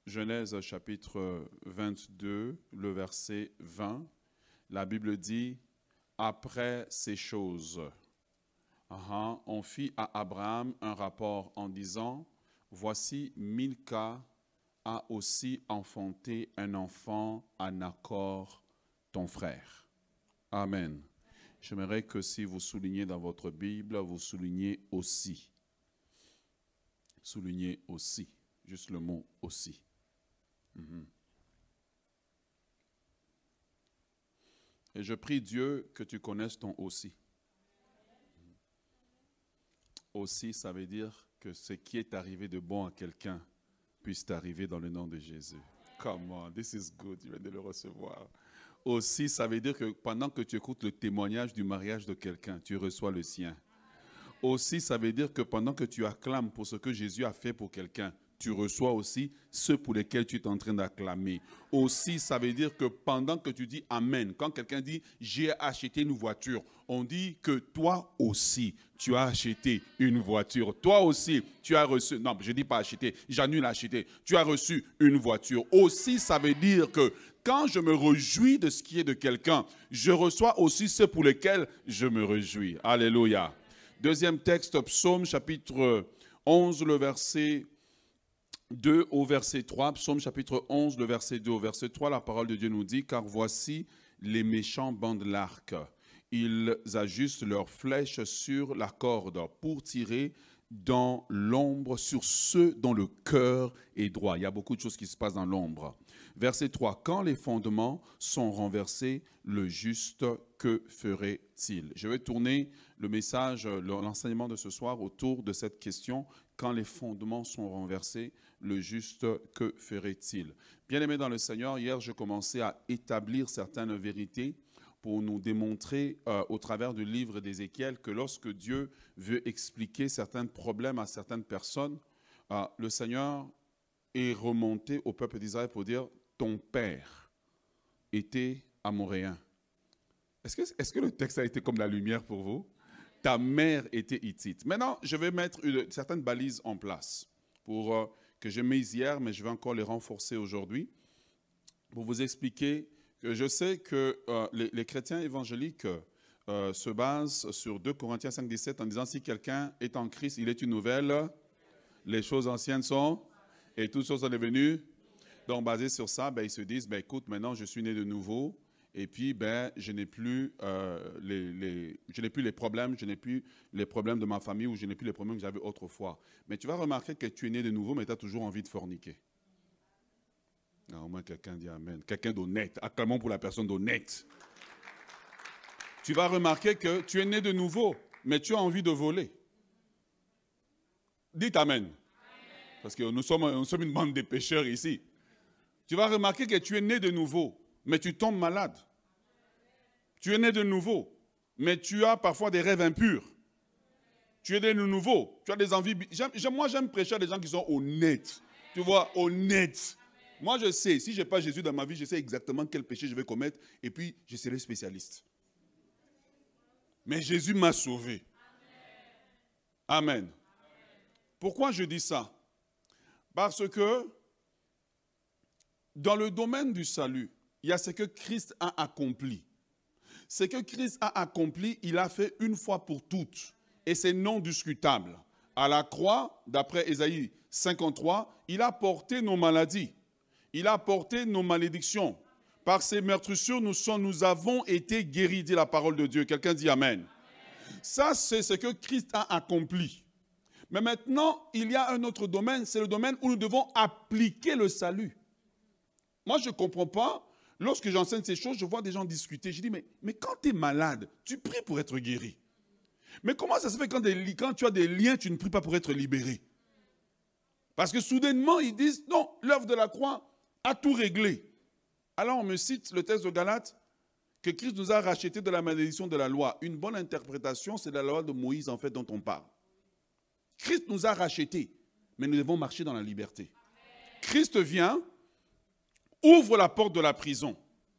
Genèse chapitre 22, le verset 20, la Bible dit, « Après ces choses, on fit à Abraham un rapport en disant, « Voici Milca a aussi enfanté un enfant à Nachor, ton frère. » Amen. J'aimerais que si vous soulignez dans votre Bible, vous soulignez aussi. Soulignez aussi. Juste le mot aussi. Et je prie Dieu que tu connaisses ton aussi. Aussi, ça veut dire que ce qui est arrivé de bon à quelqu'un puisse t'arriver dans le nom de Jésus. Come on, this is good, tu viens de le recevoir. Aussi, ça veut dire que pendant que tu écoutes le témoignage du mariage de quelqu'un, tu reçois le sien. Aussi, ça veut dire que pendant que tu acclames pour ce que Jésus a fait pour quelqu'un, tu reçois aussi ceux pour lesquels tu es en train d'acclamer. Aussi, ça veut dire que pendant que tu dis Amen, quand quelqu'un dit « j'ai acheté une voiture », on dit que toi aussi, tu as acheté une voiture. Toi aussi, tu as reçu, non, je ne dis pas acheter, j'annule acheter. Tu as reçu une voiture. Aussi, ça veut dire que quand je me réjouis de ce qui est de quelqu'un, je reçois aussi ceux pour lesquels je me réjouis. Alléluia. Deuxième texte, Psaume chapitre 11, le verset 2 au verset 3, Psaume chapitre 11, le verset 2 au verset 3, la parole de Dieu nous dit, « Car voici les méchants bandent l'arc. Ils ajustent leurs flèches sur la corde pour tirer dans l'ombre sur ceux dont le cœur est droit. » Il y a beaucoup de choses qui se passent dans l'ombre. Verset 3, « Quand les fondements sont renversés, le juste, que ferait-il » Je vais tourner le message, l'enseignement de ce soir autour de cette question. Quand les fondements sont renversés, le juste, que ferait-il? Bien-aimés dans le Seigneur, hier, je commençais à établir certaines vérités pour nous démontrer au travers du livre d'Ézéchiel que lorsque Dieu veut expliquer certains problèmes à certaines personnes, le Seigneur est remonté au peuple d'Israël pour dire « ton père était amoréen ». Est-ce que le texte a été comme la lumière pour vous? Ta mère était hittite. Maintenant, je vais mettre certaines balises en place pour que j'ai mis hier, mais je vais encore les renforcer aujourd'hui pour vous expliquer que je sais que les chrétiens évangéliques se basent sur 2 Corinthiens 5, 17 en disant si quelqu'un est en Christ, il est une nouvelle, les choses anciennes sont et toutes choses sont devenues. Donc, basé sur ça, ils se disent, écoute, maintenant je suis né de nouveau. Et puis, je n'ai plus, les problèmes, je n'ai plus les problèmes de ma famille ou je n'ai plus les problèmes que j'avais autrefois. Mais tu vas remarquer que tu es né de nouveau, mais tu as toujours envie de forniquer. Non, au moins quelqu'un dit Amen. Quelqu'un d'honnête. Acclamons pour la personne d'honnête. Tu vas remarquer que tu es né de nouveau, mais tu as envie de voler. Dites Amen. Parce que nous sommes une bande de pécheurs ici. Tu vas remarquer que tu es né de nouveau, mais tu tombes malade. Tu es né de nouveau, mais tu as parfois des rêves impurs. Tu es né de nouveau, tu as des envies. Moi, j'aime prêcher à des gens qui sont honnêtes. Tu vois, honnêtes. Moi, je sais, si je n'ai pas Jésus dans ma vie, je sais exactement quel péché je vais commettre et puis je serai spécialiste. Mais Jésus m'a sauvé. Amen. Pourquoi je dis ça? Parce que dans le domaine du salut, il y a ce que Christ a accompli. Ce que Christ a accompli, il a fait une fois pour toutes. Et c'est non discutable. À la croix, d'après Ésaïe 53, il a porté nos maladies. Il a porté nos malédictions. Par ses meurtrissures, nous avons été guéris, dit la parole de Dieu. Quelqu'un dit Amen. Ça, c'est ce que Christ a accompli. Mais maintenant, il y a un autre domaine. C'est le domaine où nous devons appliquer le salut. Moi, je ne comprends pas. Lorsque j'enseigne ces choses, je vois des gens discuter. Je dis, mais quand tu es malade, tu pries pour être guéri. Mais comment ça se fait quand tu as des liens, tu ne pries pas pour être libéré? Parce que soudainement, ils disent, non, l'œuvre de la croix a tout réglé. Alors on me cite le texte de Galates, que Christ nous a rachetés de la malédiction de la loi. Une bonne interprétation, c'est la loi de Moïse, en fait, dont on parle. Christ nous a rachetés, mais nous devons marcher dans la liberté. Christ vient, ouvre la porte de la prison.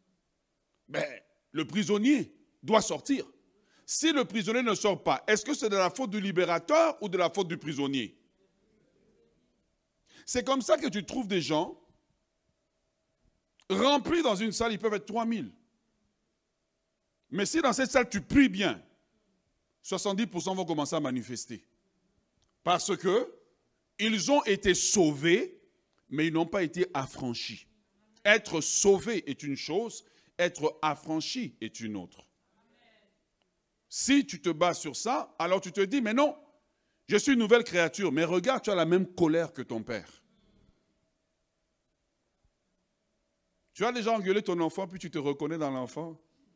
Le prisonnier doit sortir. Si le prisonnier ne sort pas, est-ce que c'est de la faute du libérateur ou de la faute du prisonnier? C'est comme ça que tu trouves des gens Remplis dans une salle, ils peuvent être 3000. Mais si dans cette salle, tu pries bien, 70% vont commencer à manifester. Parce que ils ont été sauvés, mais ils n'ont pas été affranchis. Être sauvé est une chose, être affranchi est une autre. Si tu te bases sur ça, alors tu te dis, mais non, je suis une nouvelle créature, mais regarde, tu as la même colère que ton père. Tu as déjà engueulé ton enfant, puis tu te reconnais dans l'enfant.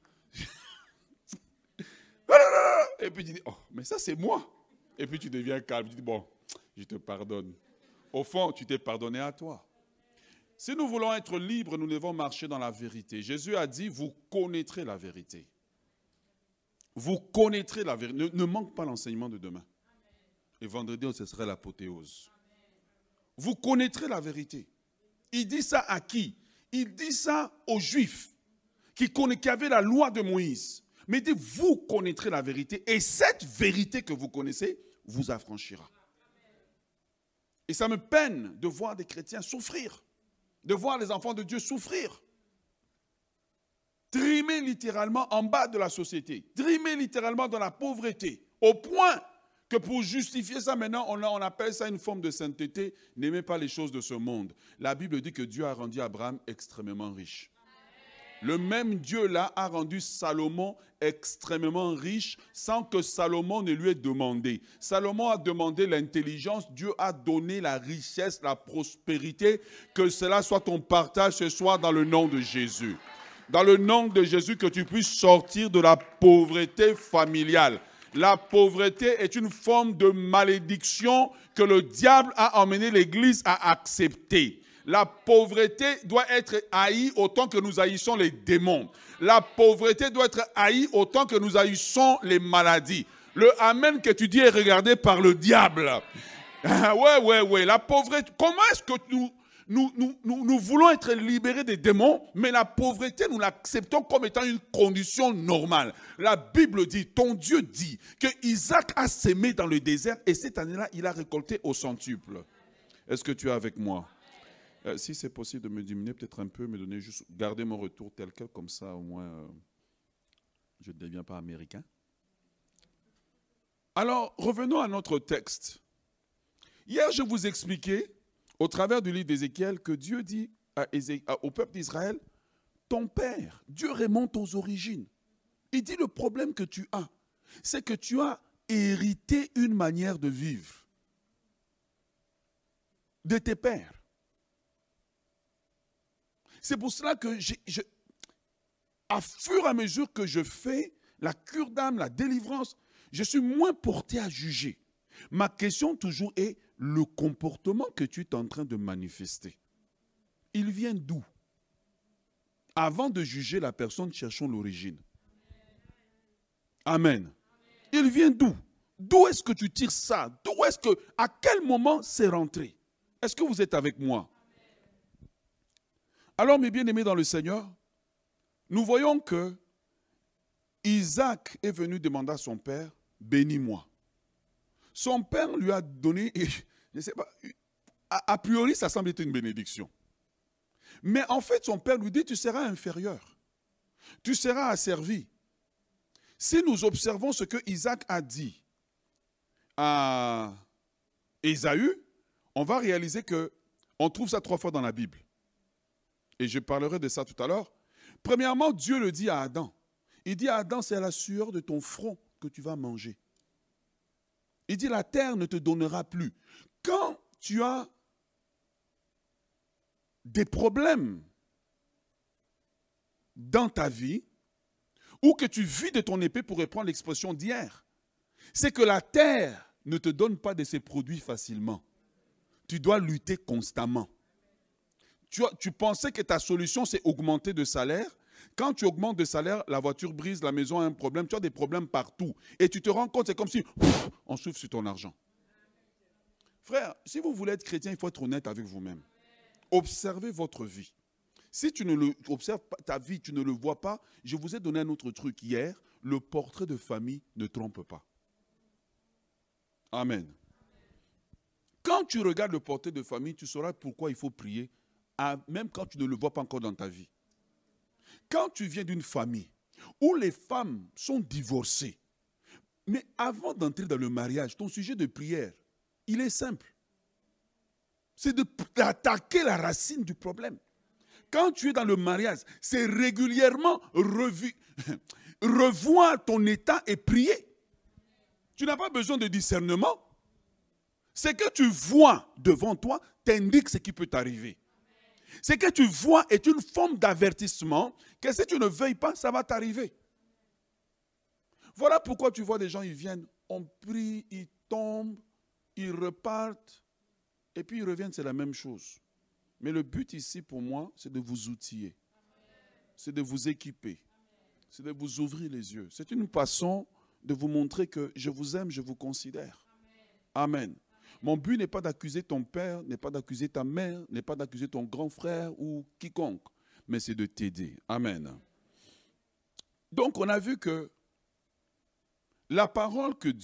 Et puis tu dis, oh, mais ça c'est moi. Et puis tu deviens calme, tu dis, bon, je te pardonne. Au fond, tu t'es pardonné à toi. Si nous voulons être libres, nous devons marcher dans la vérité. Jésus a dit, vous connaîtrez la vérité. Vous connaîtrez la vérité. Ne manque pas l'enseignement de demain. Et vendredi, ce serait l'apothéose. Vous connaîtrez la vérité. Il dit ça à qui? Il dit ça aux Juifs qui avaient la loi de Moïse. Mais il dit, vous connaîtrez la vérité. Et cette vérité que vous connaissez vous affranchira. Et ça me peine de voir des chrétiens souffrir. De voir les enfants de Dieu souffrir. Trimer littéralement en bas de la société. Trimer littéralement dans la pauvreté. Au point que pour justifier ça maintenant, on appelle ça une forme de sainteté. N'aimez pas les choses de ce monde. La Bible dit que Dieu a rendu Abraham extrêmement riche. Le même Dieu-là a rendu Salomon extrêmement riche sans que Salomon ne lui ait demandé. Salomon a demandé l'intelligence, Dieu a donné la richesse, la prospérité. Que cela soit ton partage ce soir dans le nom de Jésus. Dans le nom de Jésus, que tu puisses sortir de la pauvreté familiale. La pauvreté est une forme de malédiction que le diable a emmené l'Église à accepter. La pauvreté doit être haïe autant que nous haïssons les démons. La pauvreté doit être haïe autant que nous haïssons les maladies. Le amen que tu dis est regardé par le diable. Ouais. La pauvreté, comment est-ce que nous voulons être libérés des démons, mais la pauvreté, nous l'acceptons comme étant une condition normale. La Bible dit, ton Dieu dit, que Isaac a sémé dans le désert et cette année-là, il a récolté au centuple. Est-ce que tu es avec moi? Si c'est possible de me diminuer peut-être un peu, me donner juste, garder mon retour tel quel, comme ça au moins je ne deviens pas américain. Alors, revenons à notre texte. Hier, je vous expliquais, au travers du livre d'Ézéchiel, que Dieu dit au peuple d'Israël, ton père, Dieu remonte aux origines. Il dit le problème que tu as, c'est que tu as hérité une manière de vivre de tes pères. C'est pour cela que, à fur et à mesure que je fais la cure d'âme, la délivrance, je suis moins porté à juger. Ma question toujours est le comportement que tu es en train de manifester. Il vient d'où? Avant de juger la personne, cherchons l'origine. Amen. Il vient d'où? D'où est-ce que tu tires ça? D'où est-ce que, à quel moment c'est rentré? Est-ce que vous êtes avec moi? Alors, mes bien-aimés dans le Seigneur, nous voyons que Isaac est venu demander à son père, bénis-moi. Son père lui a donné, et je ne sais pas, a priori, ça semble être une bénédiction. Mais en fait, son père lui dit, tu seras inférieur. Tu seras asservi. Si nous observons ce que Isaac a dit à Ésaü, on va réaliser qu'on trouve ça 3 fois dans la Bible. Et je parlerai de ça tout à l'heure. Premièrement, Dieu le dit à Adam. Il dit à Adam, c'est à la sueur de ton front que tu vas manger. Il dit, la terre ne te donnera plus. Quand tu as des problèmes dans ta vie, ou que tu vis de ton épée, pour reprendre l'expression d'hier, c'est que la terre ne te donne pas de ses produits facilement. Tu dois lutter constamment. Tu pensais que ta solution, c'est augmenter de salaire. Quand tu augmentes de salaire, la voiture brise, la maison a un problème, tu as des problèmes partout. Et tu te rends compte, c'est comme si on souffle sur ton argent. Frère, si vous voulez être chrétien, il faut être honnête avec vous-même. Observez votre vie. Si tu ne observes pas ta vie, tu ne le vois pas, je vous ai donné un autre truc hier, le portrait de famille ne trompe pas. Amen. Quand tu regardes le portrait de famille, tu sauras pourquoi il faut prier même quand tu ne le vois pas encore dans ta vie. Quand tu viens d'une famille où les femmes sont divorcées, mais avant d'entrer dans le mariage, ton sujet de prière, il est simple. C'est d'attaquer la racine du problème. Quand tu es dans le mariage, c'est régulièrement revoir ton état et prier. Tu n'as pas besoin de discernement. Ce que tu vois devant toi t'indique ce qui peut t'arriver. Ce que tu vois est une forme d'avertissement que si tu ne veilles pas, ça va t'arriver. Voilà pourquoi tu vois des gens, ils viennent, on prie, ils tombent, ils repartent, et puis ils reviennent, c'est la même chose. Mais le but ici pour moi, c'est de vous outiller. C'est de vous équiper. C'est de vous ouvrir les yeux. C'est une façon de vous montrer que je vous aime, je vous considère. Amen. Mon but n'est pas d'accuser ton père, n'est pas d'accuser ta mère, n'est pas d'accuser ton grand frère ou quiconque, mais c'est de t'aider. Amen. Donc on a vu que la parole que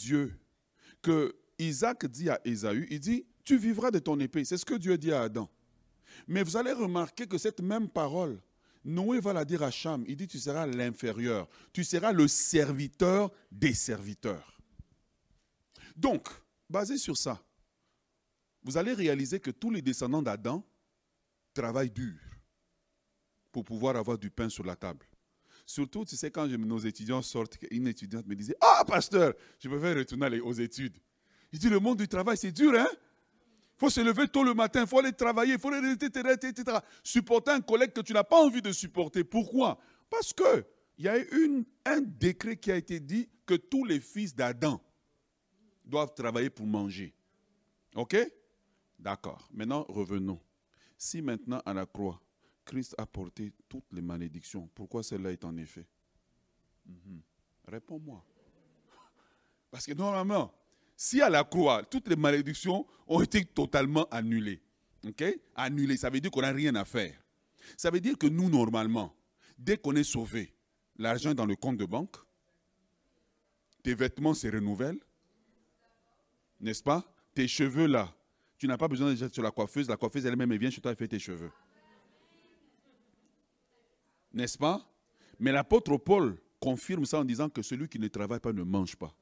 Isaac dit à Ésaü, il dit, tu vivras de ton épée. C'est ce que Dieu dit à Adam. Mais vous allez remarquer que cette même parole, Noé va la dire à Cham. Il dit, tu seras l'inférieur. Tu seras le serviteur des serviteurs. Donc, basé sur ça, vous allez réaliser que tous les descendants d'Adam travaillent dur pour pouvoir avoir du pain sur la table. Surtout, tu sais, quand nos étudiants sortent, une étudiante me disait, « Ah, pasteur, je préfère retourner aux études. » Il dit, le monde du travail, c'est dur, hein? Il faut se lever tôt le matin, il faut aller travailler, il faut aller, etc. Supporter un collègue que tu n'as pas envie de supporter. Pourquoi? Parce qu'il y a un décret qui a été dit que tous les fils d'Adam doivent travailler pour manger. OK? D'accord. Maintenant, revenons. Si maintenant, à la croix, Christ a porté toutes les malédictions, pourquoi celle-là est en effet? Réponds-moi. Parce que normalement, si à la croix, toutes les malédictions ont été totalement annulées, okay? Annulées, ça veut dire qu'on n'a rien à faire. Ça veut dire que nous, normalement, dès qu'on est sauvé, l'argent est dans le compte de banque, tes vêtements se renouvellent, n'est-ce pas? Tes cheveux là, tu n'as pas besoin de sur la coiffeuse elle-même, elle vient chez toi et fait tes cheveux. N'est-ce pas? Mais l'apôtre Paul confirme ça en disant que celui qui ne travaille pas ne mange pas.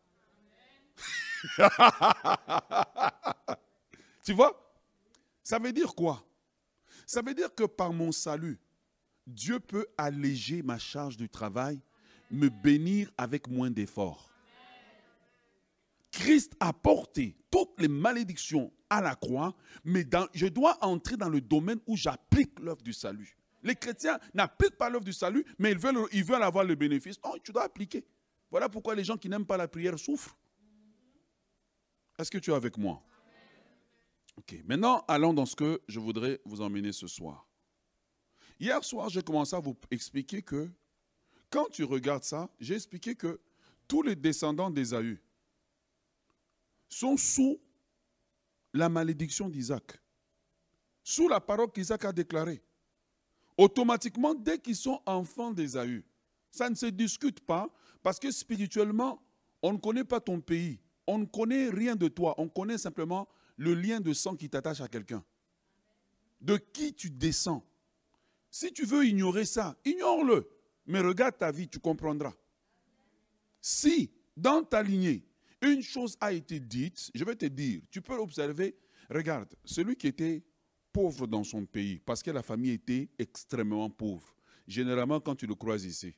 Tu vois? Ça veut dire quoi? Ça veut dire que par mon salut, Dieu peut alléger ma charge du travail, me bénir avec moins d'efforts. Christ a porté toutes les malédictions à la croix, mais je dois entrer dans le domaine où j'applique l'œuvre du salut. Les chrétiens n'appliquent pas l'œuvre du salut, mais ils veulent avoir le bénéfice. Non, tu dois appliquer. Voilà pourquoi les gens qui n'aiment pas la prière souffrent. Est-ce que tu es avec moi? Ok, maintenant allons dans ce que je voudrais vous emmener ce soir. Hier soir, j'ai commencé à vous expliquer que, quand tu regardes ça, j'ai expliqué que tous les descendants d'Ésaü sont sous la malédiction d'Isaac, sous la parole qu'Isaac a déclarée. Automatiquement, dès qu'ils sont enfants d'Ésaü, ça ne se discute pas, parce que spirituellement, on ne connaît pas ton pays, on ne connaît rien de toi, on connaît simplement le lien de sang qui t'attache à quelqu'un. De qui tu descends. Si tu veux ignorer ça, ignore-le. Mais regarde ta vie, tu comprendras. Si, dans ta lignée, une chose a été dite, je vais te dire, tu peux l'observer. Regarde, celui qui était pauvre dans son pays, parce que la famille était extrêmement pauvre, généralement quand tu le croises ici,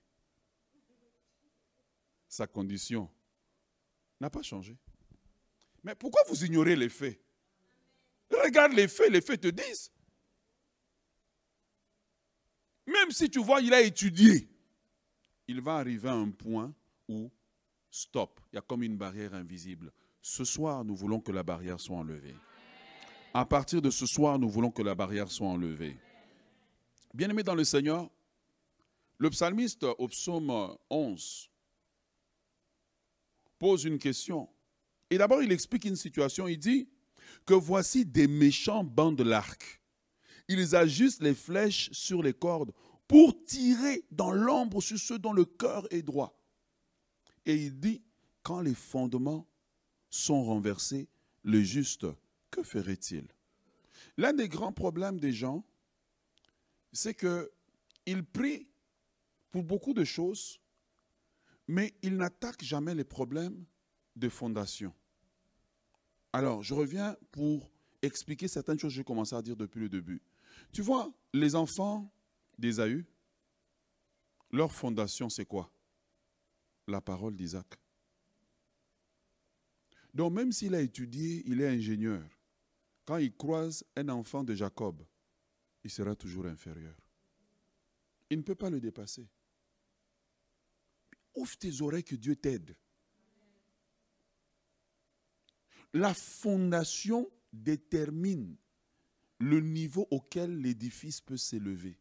sa condition n'a pas changé. Mais pourquoi vous ignorez les faits? Regarde les faits te disent. Même si tu vois, il a étudié, il va arriver à un point où, stop, il y a comme une barrière invisible. Ce soir, nous voulons que la barrière soit enlevée. À partir de ce soir, nous voulons que la barrière soit enlevée. Bien-aimés dans le Seigneur, le psalmiste au psaume 11 pose une question. Et d'abord, il explique une situation. Il dit que voici des méchants bandent l'arc. Ils ajustent les flèches sur les cordes pour tirer dans l'ombre sur ceux dont le cœur est droit. Et il dit, quand les fondements sont renversés, le juste, que ferait-il? L'un des grands problèmes des gens, c'est qu'il prie pour beaucoup de choses, mais il n'attaque jamais les problèmes de fondation. Alors, je reviens pour expliquer certaines choses que j'ai commencé à dire depuis le début. Tu vois, les enfants d'Ésaü, leur fondation, c'est quoi? La parole d'Isaac. Donc, même s'il a étudié, il est ingénieur, quand il croise un enfant de Jacob, il sera toujours inférieur. Il ne peut pas le dépasser. Ouvre tes oreilles que Dieu t'aide. La fondation détermine le niveau auquel l'édifice peut s'élever.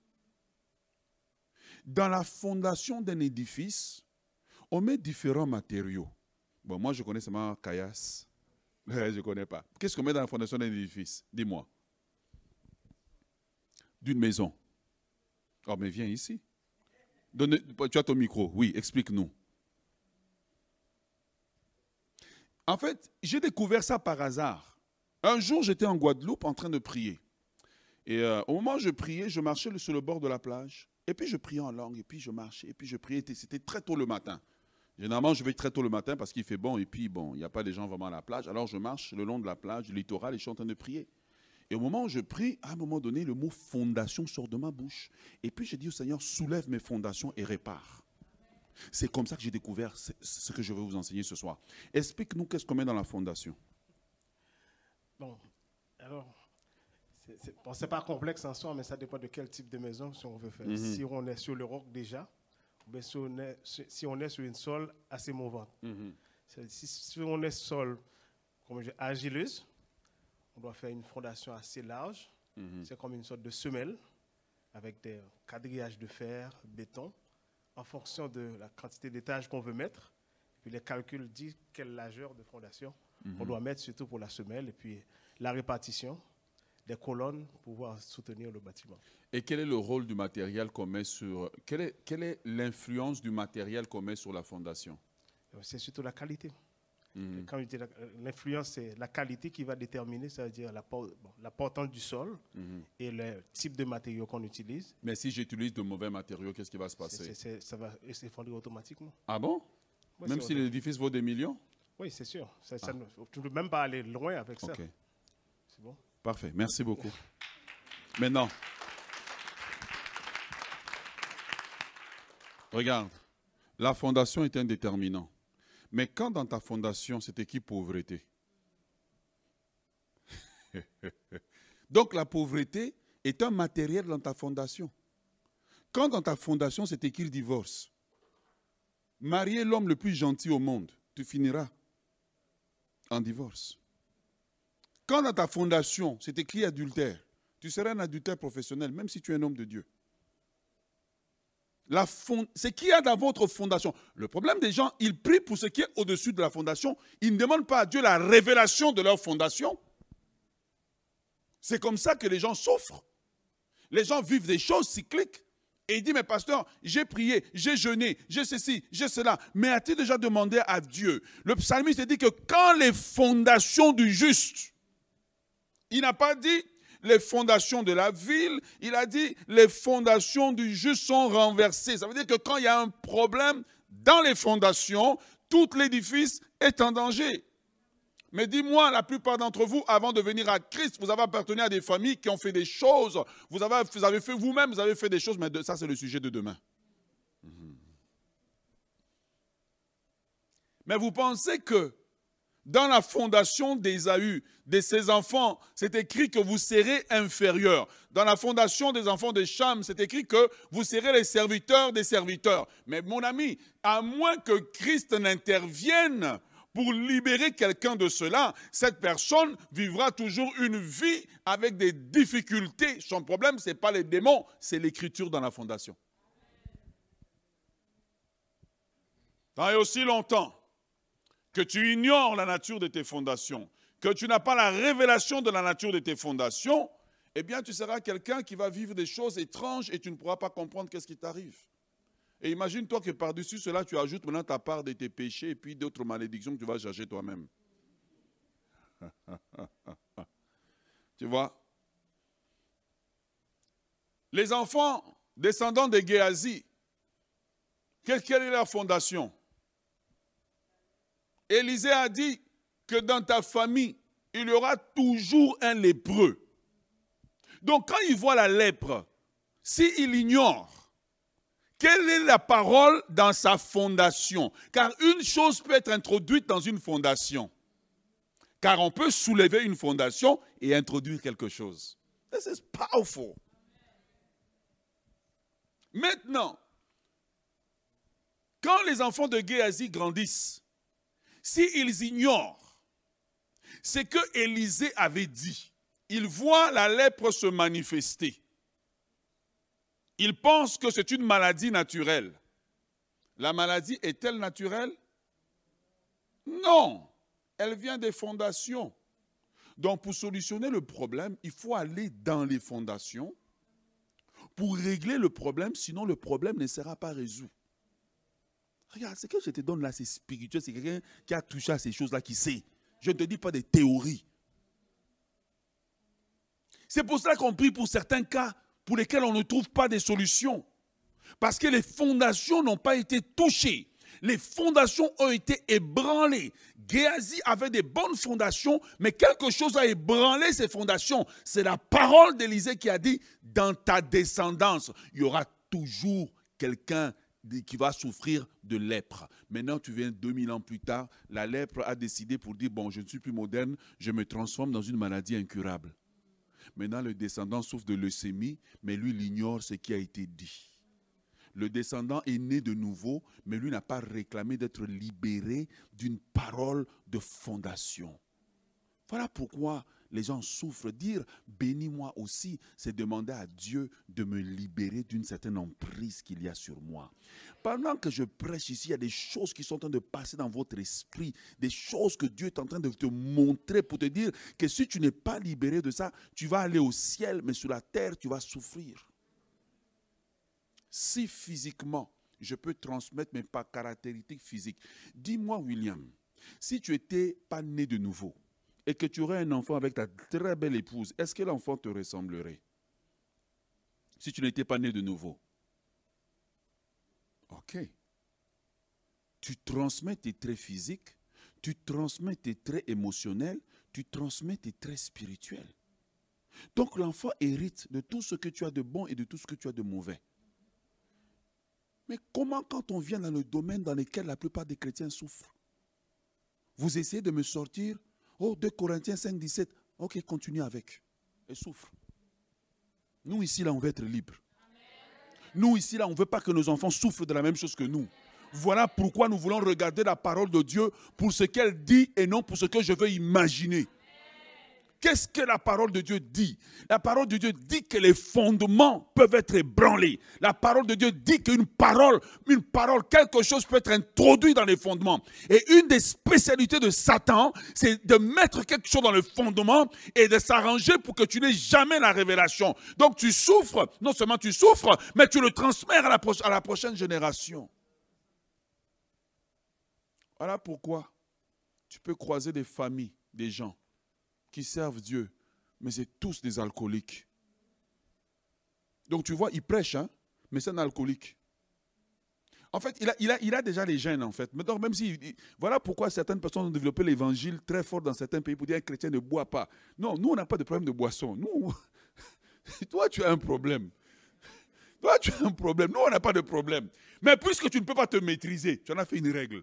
Dans la fondation d'un édifice, on met différents matériaux. Bon, moi, je connais seulement caillasse. Je ne connais pas. Qu'est-ce qu'on met dans la fondation d'un édifice? Dis-moi. D'une maison. Oh, mais viens ici. Tu as ton micro. Oui, explique-nous. En fait, j'ai découvert ça par hasard. Un jour, j'étais en Guadeloupe en train de prier. Et au moment où je priais, je marchais sur le bord de la plage. Et puis, je priais en langue. Et puis, je marchais. Et puis, je priais. C'était très tôt le matin. Généralement, je vais très tôt le matin parce qu'il fait bon. Et puis, bon, il n'y a pas de gens vraiment à la plage. Alors, je marche le long de la plage, du littoral, et je suis en train de prier. Et au moment où je prie, à un moment donné, le mot fondation sort de ma bouche. Et puis, j'ai dit au Seigneur, soulève mes fondations et répare. C'est comme ça que j'ai découvert ce que je vais vous enseigner ce soir. Explique-nous qu'est-ce qu'on met dans la fondation. Bon, alors, c'est pas complexe en soi, mais ça dépend de quel type de maison si on veut faire. Si on est sur le roc déjà, ou bien si on est sur une sol assez mouvante. Si on est sol comme argileuse, on doit faire une fondation assez large. C'est comme une sorte de semelle avec des quadrillages de fer, béton, en fonction de la quantité d'étages qu'on veut mettre. Puis les calculs disent quelle largeur de fondation on doit mettre, surtout pour la semelle, et puis la répartition des colonnes pour pouvoir soutenir le bâtiment. Et quel est le rôle du matériel qu'on met sur... Quelle est l'influence du matériel qu'on met sur la fondation? C'est surtout la qualité. Quand je dis l'influence, c'est la qualité qui va déterminer, c'est-à-dire la portance du sol et le type de matériaux qu'on utilise. Mais si j'utilise de mauvais matériaux, qu'est-ce qui va se passer? Ça va s'effondrer automatiquement. Ah bon? Oui, même si l'édifice vaut des millions? Oui, c'est sûr. Tu ne peux même pas aller loin avec ça. C'est bon? Parfait. Merci beaucoup. Maintenant, regarde. La fondation est un déterminant. Mais quand dans ta fondation, c'est écrit pauvreté. Donc la pauvreté est un matériel dans ta fondation. Quand dans ta fondation, c'est écrit divorce, marier l'homme le plus gentil au monde, tu finiras en divorce. Quand dans ta fondation, c'est écrit adultère, tu seras un adultère professionnel, même si tu es un homme de Dieu. C'est qu'il y a dans votre fondation. Le problème des gens, ils prient pour ce qui est au-dessus de la fondation. Ils ne demandent pas à Dieu la révélation de leur fondation. C'est comme ça que les gens souffrent. Les gens vivent des choses cycliques. Et ils disent, mais pasteur, j'ai prié, j'ai jeûné, j'ai ceci, j'ai cela. Mais as-tu déjà demandé à Dieu? Le psalmiste dit que quand les fondations du juste, il n'a pas dit les fondations de la ville, il a dit les fondations du juste sont renversées. Ça veut dire que quand il y a un problème dans les fondations, tout l'édifice est en danger. Mais dis-moi, la plupart d'entre vous, avant de venir à Christ, vous avez appartenu à des familles qui ont fait des choses. Vous avez fait vous-même, vous avez fait des choses, mais ça c'est le sujet de demain. Mais vous pensez que dans la fondation d'Ésaü, de ses enfants, c'est écrit que vous serez inférieurs. Dans la fondation des enfants de Cham, c'est écrit que vous serez les serviteurs des serviteurs. Mais mon ami, à moins que Christ n'intervienne pour libérer quelqu'un de cela, cette personne vivra toujours une vie avec des difficultés. Son problème, ce n'est pas les démons, c'est l'écriture dans la fondation. Tant et aussi longtemps que tu ignores la nature de tes fondations, que tu n'as pas la révélation de la nature de tes fondations, eh bien tu seras quelqu'un qui va vivre des choses étranges et tu ne pourras pas comprendre qu'est-ce qui t'arrive. Et imagine-toi que par-dessus cela, tu ajoutes maintenant ta part de tes péchés et puis d'autres malédictions que tu vas chercher toi-même. Tu vois? Les enfants descendants de Géasi, quelle est leur fondation? Élisée a dit que dans ta famille, il y aura toujours un lépreux. Donc quand il voit la lèpre, s'il ignore, quelle est la parole dans sa fondation? Car une chose peut être introduite dans une fondation. Car on peut soulever une fondation et introduire quelque chose. This is powerful. Maintenant, quand les enfants de Géasi grandissent, s'ils ignorent ce que Élisée avait dit, ils voient la lèpre se manifester. Ils pensent que c'est une maladie naturelle. La maladie est-elle naturelle? Non, elle vient des fondations. Donc pour solutionner le problème, il faut aller dans les fondations pour régler le problème, sinon le problème ne sera pas résolu. Regarde, ce que je te donne là, c'est spirituel, c'est quelqu'un qui a touché à ces choses-là qui sait. Je ne te dis pas des théories. C'est pour cela qu'on prie pour certains cas pour lesquels on ne trouve pas de solutions. Parce que les fondations n'ont pas été touchées. Les fondations ont été ébranlées. Géasi avait des bonnes fondations, mais quelque chose a ébranlé ces fondations. C'est la parole d'Élisée qui a dit, dans ta descendance, il y aura toujours quelqu'un qui va souffrir de lèpre. Maintenant, tu viens 2000 ans plus tard, la lèpre a décidé pour dire, bon, je ne suis plus moderne, je me transforme dans une maladie incurable. Maintenant, le descendant souffre de leucémie, mais lui, il ignore ce qui a été dit. Le descendant est né de nouveau, mais lui n'a pas réclamé d'être libéré d'une parole de fondation. Voilà pourquoi les gens souffrent. Dire « bénis-moi aussi », c'est demander à Dieu de me libérer d'une certaine emprise qu'il y a sur moi. Pendant que je prêche ici, il y a des choses qui sont en train de passer dans votre esprit, des choses que Dieu est en train de te montrer pour te dire que si tu n'es pas libéré de ça, tu vas aller au ciel, mais sur la terre, tu vas souffrir. Si physiquement, je peux transmettre mes caractéristiques physiques, dis-moi William, si tu n'étais pas né de nouveau et que tu aurais un enfant avec ta très belle épouse, est-ce que l'enfant te ressemblerait? Si tu n'étais pas né de nouveau. Ok. Tu transmets tes traits physiques, tu transmets tes traits émotionnels, tu transmets tes traits spirituels. Donc l'enfant hérite de tout ce que tu as de bon et de tout ce que tu as de mauvais. Mais comment quand on vient dans le domaine dans lequel la plupart des chrétiens souffrent? Vous essayez de me sortir, oh 2 Corinthiens 5, 17, ok, continue avec, et souffre. Nous ici, là, on veut être libres. Nous ici, là, on ne veut pas que nos enfants souffrent de la même chose que nous. Voilà pourquoi nous voulons regarder la parole de Dieu pour ce qu'elle dit et non pour ce que je veux imaginer. Qu'est-ce que la parole de Dieu dit? La parole de Dieu dit que les fondements peuvent être ébranlés. La parole de Dieu dit qu'une parole, quelque chose peut être introduit dans les fondements. Et une des spécialités de Satan, c'est de mettre quelque chose dans le fondement et de s'arranger pour que tu n'aies jamais la révélation. Donc tu souffres, non seulement tu souffres, mais tu le transmets à la prochaine génération. Voilà pourquoi tu peux croiser des familles, des gens qui servent Dieu, mais c'est tous des alcooliques. Donc tu vois, il prêche, hein, mais c'est un alcoolique. En fait, il a déjà les gènes, en fait. Mais donc, même si, voilà pourquoi certaines personnes ont développé l'évangile très fort dans certains pays pour dire qu'un chrétien ne boit pas. Non, nous, on n'a pas de problème de boisson. Nous, toi, tu as un problème. Toi, tu as un problème. Nous, on n'a pas de problème. Mais puisque tu ne peux pas te maîtriser, tu en as fait une règle.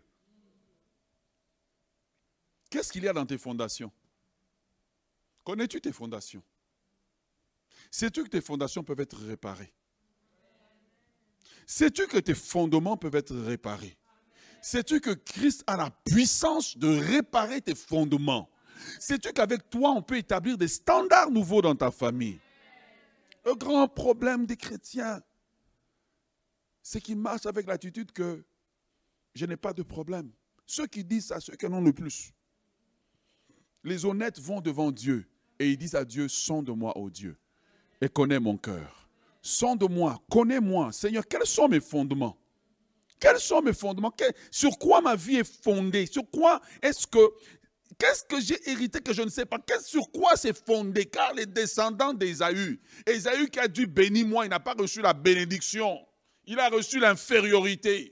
Qu'est-ce qu'il y a dans tes fondations? Connais-tu tes fondations? Sais-tu que tes fondations peuvent être réparées? Sais-tu que tes fondements peuvent être réparés? Sais-tu que Christ a la puissance de réparer tes fondements? Sais-tu qu'avec toi, on peut établir des standards nouveaux dans ta famille? Le grand problème des chrétiens, c'est qu'ils marchent avec l'attitude que je n'ai pas de problème. Ceux qui disent ça, ceux qui en ont le plus. Les honnêtes vont devant Dieu. Et ils disent à Dieu, sonde-moi, ô Dieu, et connais mon cœur. Sonde-moi, connais-moi. Seigneur, quels sont mes fondements? Quels sont mes fondements? Sur quoi ma vie est fondée? Sur quoi est-ce que... Qu'est-ce que j'ai hérité que je ne sais pas? Sur quoi c'est fondé? Car les descendants d'Ésaü, Ésaü qui a dû bénir moi, il n'a pas reçu la bénédiction. Il a reçu l'infériorité.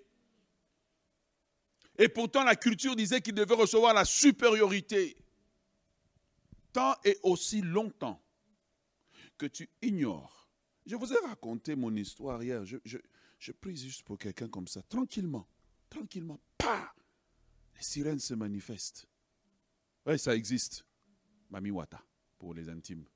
Et pourtant, la culture disait qu'il devait recevoir la supériorité. Tant et aussi longtemps que tu ignores. Je vous ai raconté mon histoire hier. Je prie juste pour quelqu'un comme ça. Tranquillement. Tranquillement. Pas. Les sirènes se manifestent. Oui, ça existe. Mami Wata, pour les intimes.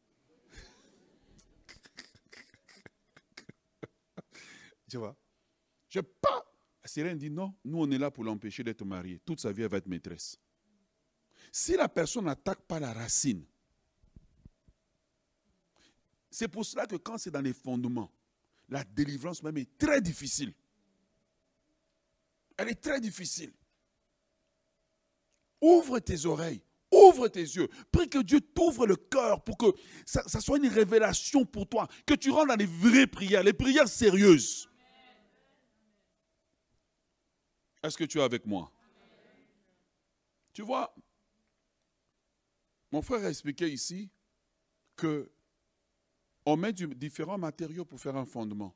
Tu vois? Je pas. La sirène dit non, nous on est là pour l'empêcher d'être marié. Toute sa vie, elle va être maîtresse. Si la personne n'attaque pas la racine, c'est pour cela que quand c'est dans les fondements, la délivrance même est très difficile. Elle est très difficile. Ouvre tes oreilles, ouvre tes yeux. Prie que Dieu t'ouvre le cœur pour que ça soit une révélation pour toi. Que tu rentres dans les vraies prières, les prières sérieuses. Est-ce que tu es avec moi? Tu vois, mon frère a expliqué ici que on met différents matériaux pour faire un fondement.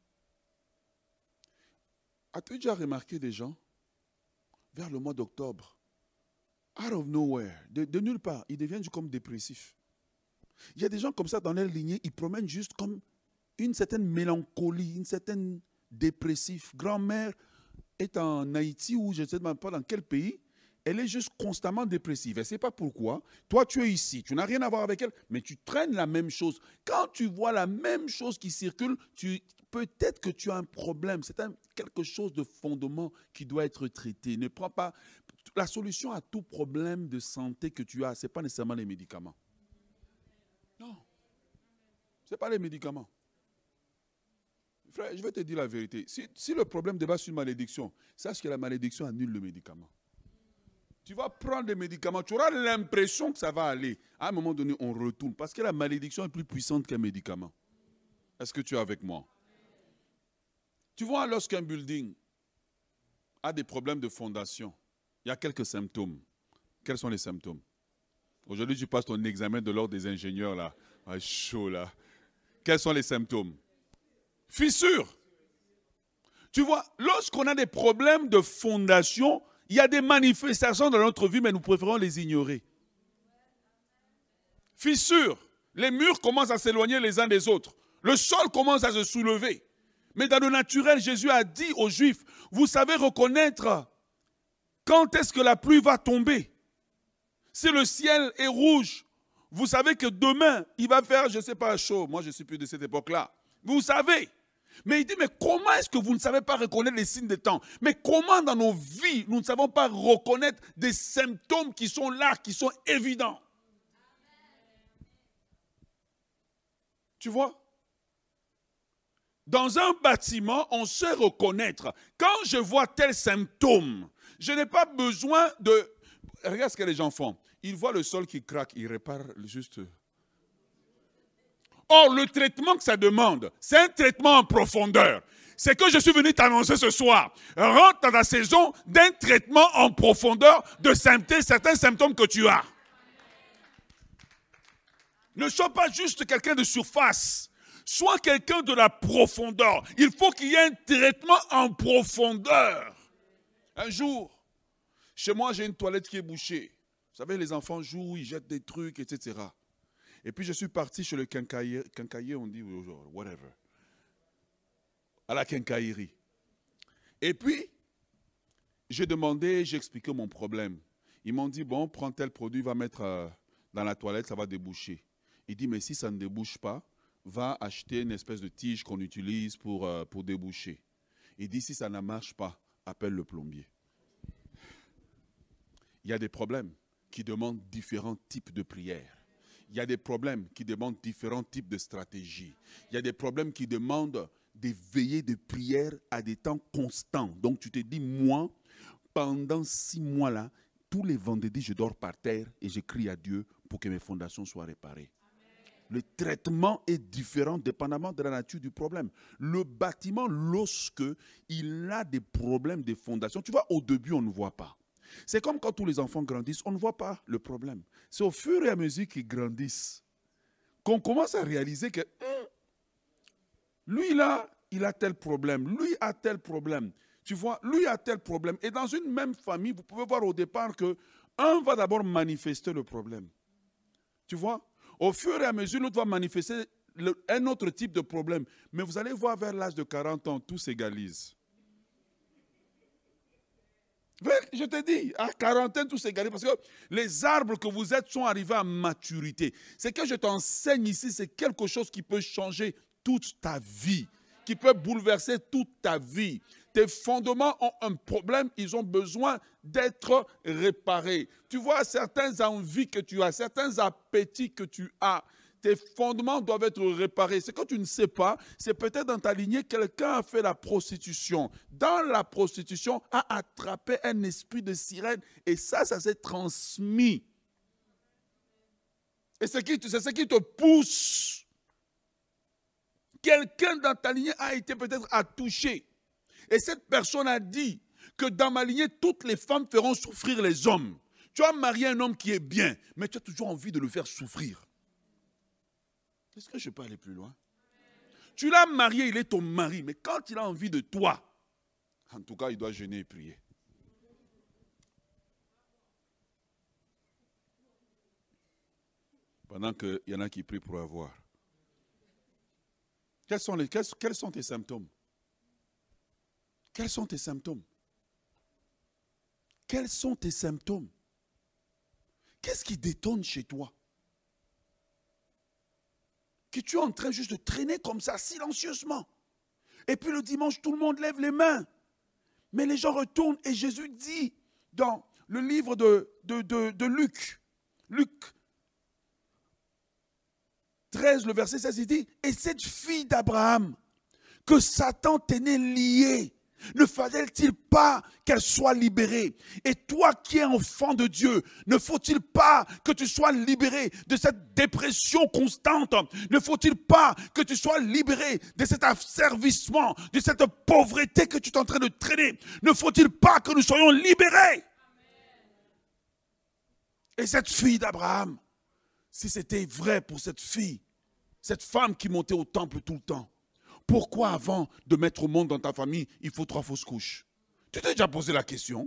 As-tu déjà remarqué des gens, vers le mois d'octobre, out of nowhere, de nulle part, ils deviennent comme dépressifs. Il y a des gens comme ça dans leur lignée, ils promènent juste comme une certaine mélancolie, une certaine dépressif. Grand-mère est en Haïti ou je ne sais même pas dans quel pays, elle est juste constamment dépressive. Elle ne sait pas pourquoi. Toi, tu es ici, tu n'as rien à voir avec elle, mais tu traînes la même chose. Quand tu vois la même chose qui circule, peut-être que tu as un problème. C'est quelque chose de fondement qui doit être traité. Ne prends pas... La solution à tout problème de santé que tu as, ce n'est pas nécessairement les médicaments. Non. Ce n'est pas les médicaments. Frère, je vais te dire la vérité. Si le problème débat sur une malédiction, sache que la malédiction annule le médicament. Tu vas prendre des médicaments, tu auras l'impression que ça va aller. À un moment donné, on retourne. Parce que la malédiction est plus puissante qu'un médicament. Est-ce que tu es avec moi? Tu vois, lorsqu'un building a des problèmes de fondation, il y a quelques symptômes. Quels sont les symptômes? Aujourd'hui, tu passes ton examen de l'ordre des ingénieurs, là. Ah, chaud, là. Quels sont les symptômes? Fissure. Tu vois, lorsqu'on a des problèmes de fondation, il y a des manifestations dans notre vie, mais nous préférons les ignorer. Fissure. Les murs commencent à s'éloigner les uns des autres. Le sol commence à se soulever. Mais dans le naturel, Jésus a dit aux Juifs, vous savez reconnaître quand est-ce que la pluie va tomber. Si le ciel est rouge, vous savez que demain, il va faire, je ne sais pas, chaud. Moi, je ne suis plus de cette époque-là. Vous savez. Mais il dit, mais comment est-ce que vous ne savez pas reconnaître les signes des temps? Mais comment dans nos vies, nous ne savons pas reconnaître des symptômes qui sont là, qui sont évidents? Tu vois? Dans un bâtiment, on sait reconnaître. Quand je vois tel symptôme, je n'ai pas besoin de... Regarde ce que les gens font. Ils voient le sol qui craque, ils réparent juste... Or, le traitement que ça demande, c'est un traitement en profondeur. C'est que je suis venu t'annoncer ce soir. Rentre dans la saison d'un traitement en profondeur de certains symptômes que tu as. Ne sois pas juste quelqu'un de surface. Sois quelqu'un de la profondeur. Il faut qu'il y ait un traitement en profondeur. Un jour, chez moi, j'ai une toilette qui est bouchée. Vous savez, les enfants jouent, ils jettent des trucs, etc. Et puis je suis parti chez le quincailler, on dit, whatever, à la quincaillerie. Et puis, j'ai demandé, j'ai expliqué mon problème. Ils m'ont dit, bon, prends tel produit, va mettre dans la toilette, ça va déboucher. Il dit, mais si ça ne débouche pas, va acheter une espèce de tige qu'on utilise pour déboucher. Il dit, si ça ne marche pas, appelle le plombier. Il y a des problèmes qui demandent différents types de prières. Il y a des problèmes qui demandent différents types de stratégies. Il y a des problèmes qui demandent des veillées de prière à des temps constants. Donc tu te dis, moi, pendant 6 mois-là, tous les vendredis, je dors par terre et je crie à Dieu pour que mes fondations soient réparées. Le traitement est différent dépendamment de la nature du problème. Le bâtiment, lorsque il a des problèmes de fondation, tu vois, au début, on ne voit pas. C'est comme quand tous les enfants grandissent, on ne voit pas le problème. C'est au fur et à mesure qu'ils grandissent qu'on commence à réaliser que lui là, il a tel problème, lui a tel problème. Tu vois, lui a tel problème. Et dans une même famille, vous pouvez voir au départ que un va d'abord manifester le problème. Tu vois, au fur et à mesure, l'autre va manifester un autre type de problème. Mais vous allez voir vers l'âge de 40 ans, tout s'égalise. Je te dis, à quarantaine, tout s'égalise parce que les arbres que vous êtes sont arrivés à maturité. Ce que je t'enseigne ici, c'est quelque chose qui peut changer toute ta vie, qui peut bouleverser toute ta vie. Tes fondements ont un problème, ils ont besoin d'être réparés. Tu vois, certaines envies que tu as, certains appétits que tu as, tes fondements doivent être réparés. Ce que tu ne sais pas, c'est peut-être dans ta lignée, quelqu'un a fait la prostitution. Dans la prostitution, a attrapé un esprit de sirène et ça s'est transmis. Et c'est ce qui te pousse. Quelqu'un dans ta lignée a été peut-être touché. Et cette personne a dit que dans ma lignée, toutes les femmes feront souffrir les hommes. Tu as marié un homme qui est bien, mais tu as toujours envie de le faire souffrir. Est-ce que je peux aller plus loin? Tu l'as marié, il est ton mari, mais quand il a envie de toi, en tout cas, il doit jeûner et prier. Pendant qu'il y en a qui prient pour avoir. Quels sont tes symptômes? Quels sont tes symptômes? Quels sont tes symptômes? Qu'est-ce qui détonne chez toi? Que tu es en train juste de traîner comme ça, silencieusement. Et puis le dimanche, tout le monde lève les mains. Mais les gens retournent et Jésus dit dans le livre de Luc, Luc 13, le verset 16, il dit, « Et cette fille d'Abraham, que Satan tenait liée, ne fallait-il pas qu'elle soit libérée? Et toi qui es enfant de Dieu, ne faut-il pas que tu sois libéré de cette dépression constante? Ne faut-il pas que tu sois libéré de cet asservissement, de cette pauvreté que tu es en train de traîner? Ne faut-il pas que nous soyons libérés? » Et cette fille d'Abraham, si c'était vrai pour cette fille, cette femme qui montait au temple tout le temps, pourquoi avant de mettre au monde dans ta famille, il faut 3 fausses couches? Tu t'es déjà posé la question?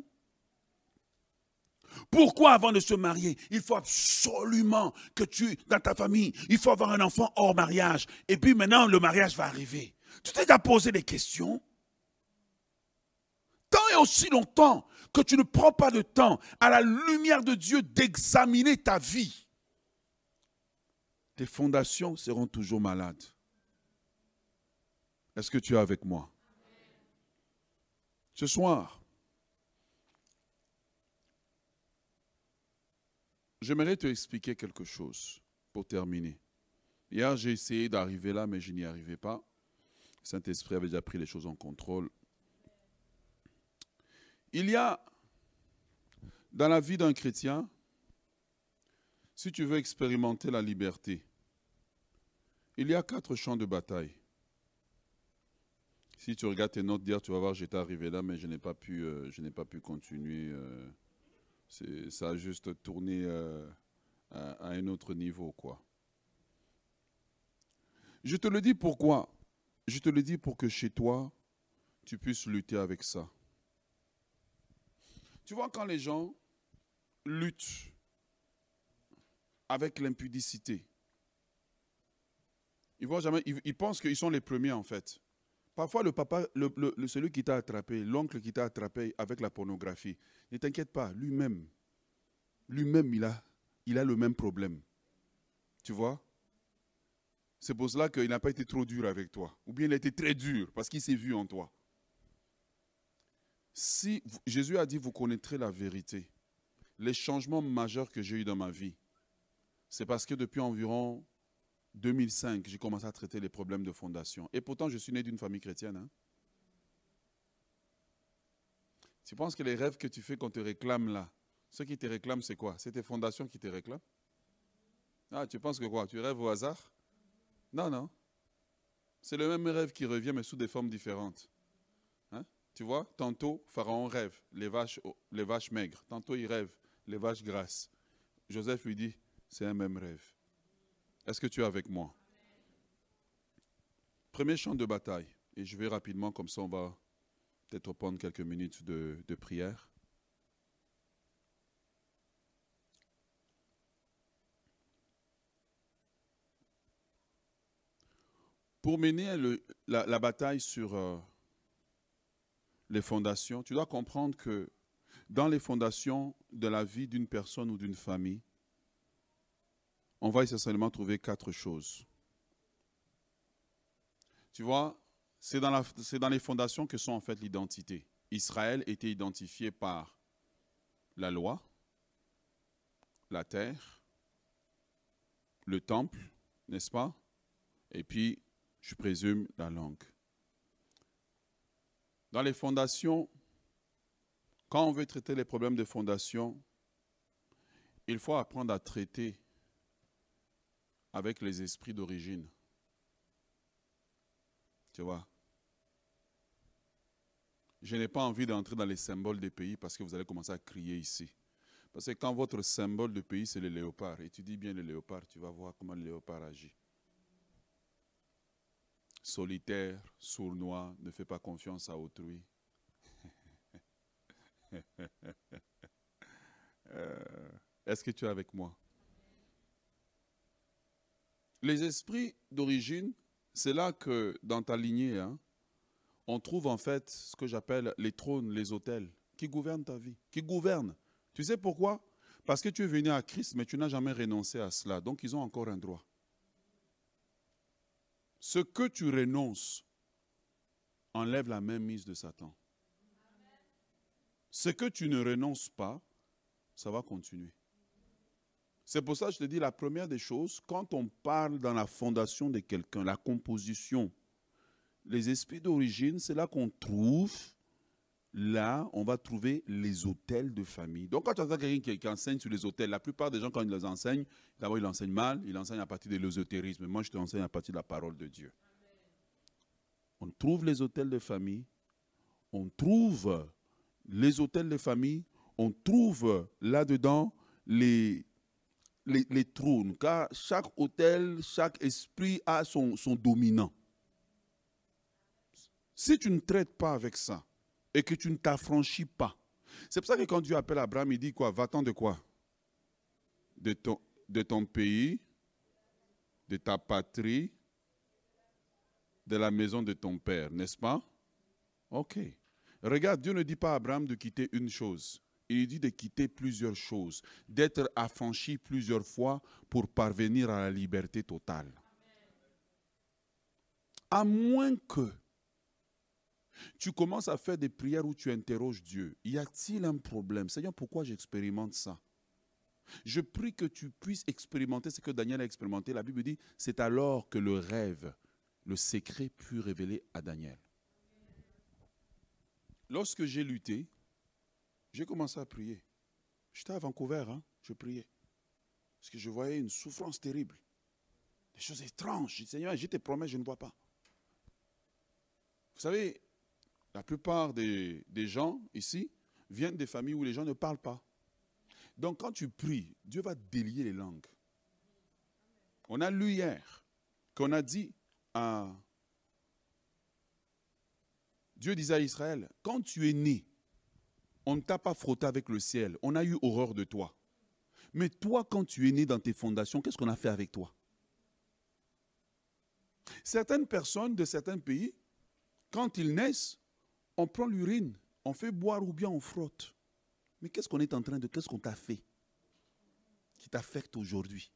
Pourquoi avant de se marier, il faut absolument que dans ta famille, il faut avoir un enfant hors mariage. Et puis maintenant, le mariage va arriver. Tu t'es déjà posé des questions? Tant et aussi longtemps que tu ne prends pas de temps à la lumière de Dieu d'examiner ta vie, tes fondations seront toujours malades. Est-ce que tu es avec moi? Ce soir, j'aimerais te expliquer quelque chose pour terminer. Hier, j'ai essayé d'arriver là, mais je n'y arrivais pas. Le Saint-Esprit avait déjà pris les choses en contrôle. Il y a, dans la vie d'un chrétien, si tu veux expérimenter la liberté, il y a 4 champs de bataille. Si tu regardes tes notes d'hier, tu vas voir, j'étais arrivé là, mais je n'ai pas pu continuer. Ça a juste tourné à un autre niveau, quoi. Je te le dis pourquoi? Je te le dis pour que chez toi, tu puisses lutter avec ça. Tu vois, quand les gens luttent avec l'impudicité, ils pensent qu'ils sont les premiers, en fait. Parfois, le papa, celui qui t'a attrapé, l'oncle qui t'a attrapé avec la pornographie, ne t'inquiète pas, lui-même, il a le même problème. Tu vois? C'est pour cela qu'il n'a pas été trop dur avec toi. Ou bien il a été très dur parce qu'il s'est vu en toi. Si Jésus a dit, vous connaîtrez la vérité. Les changements majeurs que j'ai eus dans ma vie, c'est parce que depuis environ 2005, j'ai commencé à traiter les problèmes de fondation. Et pourtant, je suis né d'une famille chrétienne. Hein? Tu penses que les rêves que tu fais qu'on te réclame là, ceux qui te réclament, c'est quoi? C'est tes fondations qui te réclament? Ah, tu penses que quoi? Tu rêves au hasard? Non, non. C'est le même rêve qui revient, mais sous des formes différentes. Hein? Tu vois, tantôt, Pharaon rêve, les vaches maigres. Tantôt, il rêve, les vaches grasses. Joseph lui dit, c'est un même rêve. Est-ce que tu es avec moi? Premier champ de bataille. Et je vais rapidement, comme ça on va peut-être prendre quelques minutes de prière. Pour mener la bataille sur les fondations, tu dois comprendre que dans les fondations de la vie d'une personne ou d'une famille, on va essentiellement trouver 4 choses. Tu vois, c'est dans les fondations que sont en fait l'identité. Israël était identifié par la loi, la terre, le temple, n'est-ce pas? Et puis, je présume, la langue. Dans les fondations, quand on veut traiter les problèmes de fondation, il faut apprendre à traiter avec les esprits d'origine. Tu vois? Je n'ai pas envie d'entrer dans les symboles des pays parce que vous allez commencer à crier ici. Parce que quand votre symbole de pays, c'est le léopard, et tu dis bien le léopard, tu vas voir comment le léopard agit. Solitaire, sournois, ne fait pas confiance à autrui. Est-ce que tu es avec moi? Les esprits d'origine, c'est là que dans ta lignée, on trouve en fait ce que j'appelle les trônes, les autels, qui gouvernent ta vie, qui gouvernent. Tu sais pourquoi? Parce que tu es venu à Christ, mais tu n'as jamais renoncé à cela. Donc ils ont encore un droit. Ce que tu renonces enlève la mainmise de Satan. Ce que tu ne renonces pas, ça va continuer. C'est pour ça que je te dis, la première des choses, quand on parle dans la fondation de quelqu'un, la composition, les esprits d'origine, c'est là qu'on trouve, là, on va trouver les autels de famille. Donc quand tu entends quelqu'un qui enseigne sur les autels, la plupart des gens, quand ils les enseignent, d'abord ils enseignent mal, ils enseignent à partir de l'ésotérisme. Moi, je te enseigne à partir de la parole de Dieu. On trouve les autels de famille, on trouve les autels de famille, on trouve là-dedans les trônes, car chaque autel, chaque esprit a son dominant. Si tu ne traites pas avec ça et que tu ne t'affranchis pas, c'est pour ça que quand Dieu appelle Abraham, il dit quoi? Va-t'en de quoi? De ton pays, de ta patrie, de la maison de ton père, n'est-ce pas? Ok. Regarde, Dieu ne dit pas à Abraham de quitter une chose. Il dit de quitter plusieurs choses, d'être affranchi plusieurs fois pour parvenir à la liberté totale. À moins que tu commences à faire des prières où tu interroges Dieu. Y a-t-il un problème? Seigneur, pourquoi j'expérimente ça? Je prie que tu puisses expérimenter ce que Daniel a expérimenté. La Bible dit, c'est alors que le rêve, le secret put révéler à Daniel. Lorsque j'ai lutté, j'ai commencé à prier. J'étais à Vancouver, je priais. Parce que je voyais une souffrance terrible. Des choses étranges. Je dis, Seigneur, je te promets, je ne vois pas. Vous savez, la plupart des gens ici viennent des familles où les gens ne parlent pas. Donc quand tu pries, Dieu va délier les langues. On a lu hier qu'on a dit à... Dieu disait à Israël, quand tu es né, on ne t'a pas frotté avec le ciel. On a eu horreur de toi. Mais toi, quand tu es né dans tes fondations, qu'est-ce qu'on a fait avec toi? Certaines personnes de certains pays, quand ils naissent, on prend l'urine, on fait boire ou bien on frotte. Mais qu'est-ce qu'on t'a fait qui t'affecte aujourd'hui?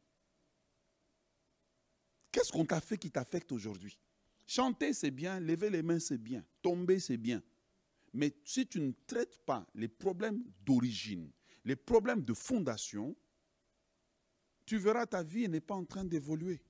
Qu'est-ce qu'on t'a fait qui t'affecte aujourd'hui? Chanter, c'est bien, lever les mains, c'est bien, tomber, c'est bien. Mais si tu ne traites pas les problèmes d'origine, les problèmes de fondation, tu verras ta vie n'est pas en train d'évoluer.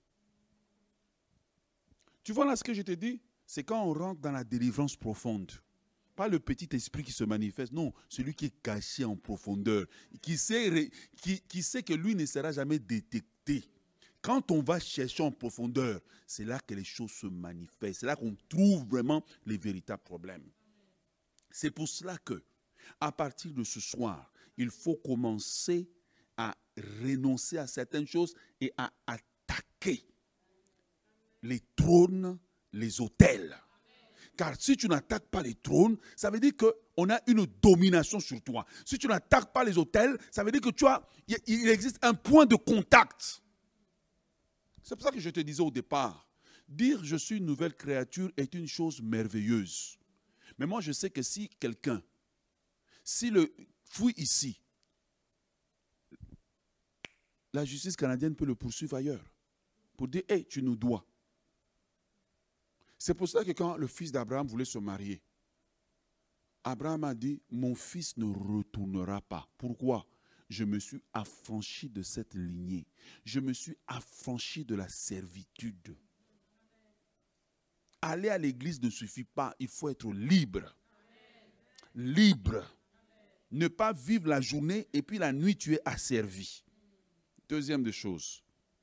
Tu vois là ce que je te dis? C'est quand on rentre dans la délivrance profonde. Pas le petit esprit qui se manifeste, non, celui qui est caché en profondeur, qui sait que lui ne sera jamais détecté. Quand on va chercher en profondeur, c'est là que les choses se manifestent. C'est là qu'on trouve vraiment les véritables problèmes. C'est pour cela que, à partir de ce soir, il faut commencer à renoncer à certaines choses et à attaquer les trônes, les autels. Car si tu n'attaques pas les trônes, ça veut dire qu'on a une domination sur toi. Si tu n'attaques pas les autels, ça veut dire que il existe un point de contact. C'est pour ça que je te disais au départ, dire je suis une nouvelle créature est une chose merveilleuse. Mais moi je sais que si quelqu'un, s'il fouille ici, la justice canadienne peut le poursuivre ailleurs. Pour dire, hey, tu nous dois. C'est pour ça que quand le fils d'Abraham voulait se marier, Abraham a dit, mon fils ne retournera pas. Pourquoi? Je me suis affranchi de cette lignée. Je me suis affranchi de la servitude. Aller à l'église ne suffit pas, il faut être libre. Libre. Ne pas vivre la journée et puis la nuit tu es asservi. Deuxième des choses.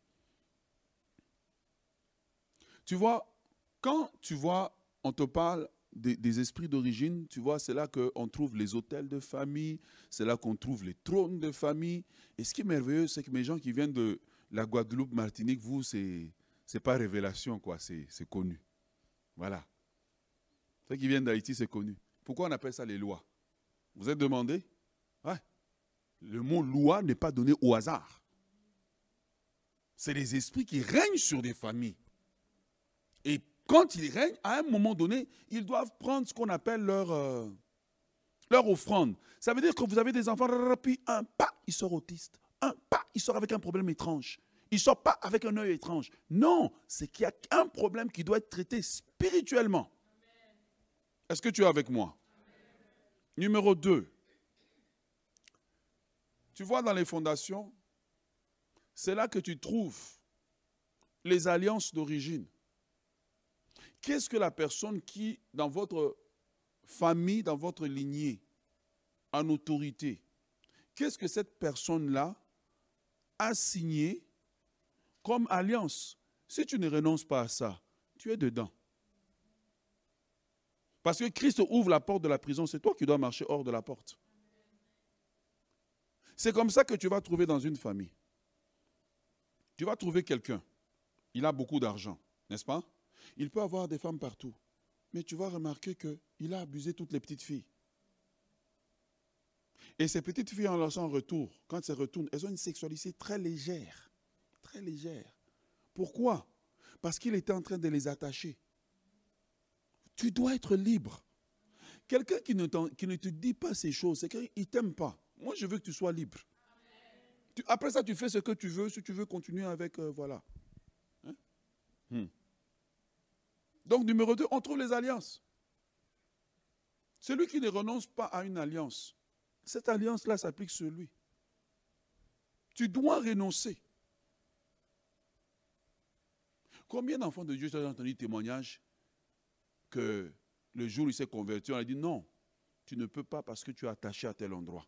Tu vois, quand tu vois, on te parle des esprits d'origine, tu vois, c'est là qu'on trouve les hôtels de famille, c'est là qu'on trouve les trônes de famille. Et ce qui est merveilleux, c'est que mes gens qui viennent de la Guadeloupe, Martinique, vous, c'est pas révélation, quoi, c'est connu. Voilà. Ceux qui viennent d'Haïti, c'est connu. Pourquoi on appelle ça les lois? Vous êtes demandé? Ouais. Le mot loi n'est pas donné au hasard. C'est les esprits qui règnent sur des familles. Et quand ils règnent, à un moment donné, ils doivent prendre ce qu'on appelle leur offrande. Ça veut dire que vous avez des enfants, puis un pas, il sort autiste. Un pas, il sort avec un problème étrange. Il ne sort pas avec un œil étrange. Non, c'est qu'il y a un problème qui doit être traité spirituellement. Est-ce que tu es avec moi? Numéro 2. Tu vois dans les fondations, c'est là que tu trouves les alliances d'origine. Qu'est-ce que la personne qui, dans votre famille, dans votre lignée, en autorité, qu'est-ce que cette personne-là a signé comme alliance? Si tu ne renonces pas à ça, tu es dedans. Parce que Christ ouvre la porte de la prison, c'est toi qui dois marcher hors de la porte. C'est comme ça que tu vas trouver dans une famille. Tu vas trouver quelqu'un, il a beaucoup d'argent, n'est-ce pas? Il peut avoir des femmes partout, mais tu vas remarquer qu'il a abusé toutes les petites filles. Et ces petites filles, en leur retour, quand elles retournent, elles ont une sexualité très légère. Très légère. Pourquoi? Parce qu'il était en train de les attacher. Tu dois être libre. Quelqu'un qui ne te dit pas ces choses, c'est qu'il ne t'aime pas. Moi, je veux que tu sois libre. Après ça, tu fais ce que tu veux, si tu veux continuer avec, voilà. Hein? Donc, numéro 2, on trouve les alliances. Celui qui ne renonce pas à une alliance, cette alliance-là s'applique sur lui. Tu dois renoncer. Combien d'enfants de Dieu ont entendu témoignage que le jour où il s'est converti, on a dit non, tu ne peux pas parce que tu es attaché à tel endroit.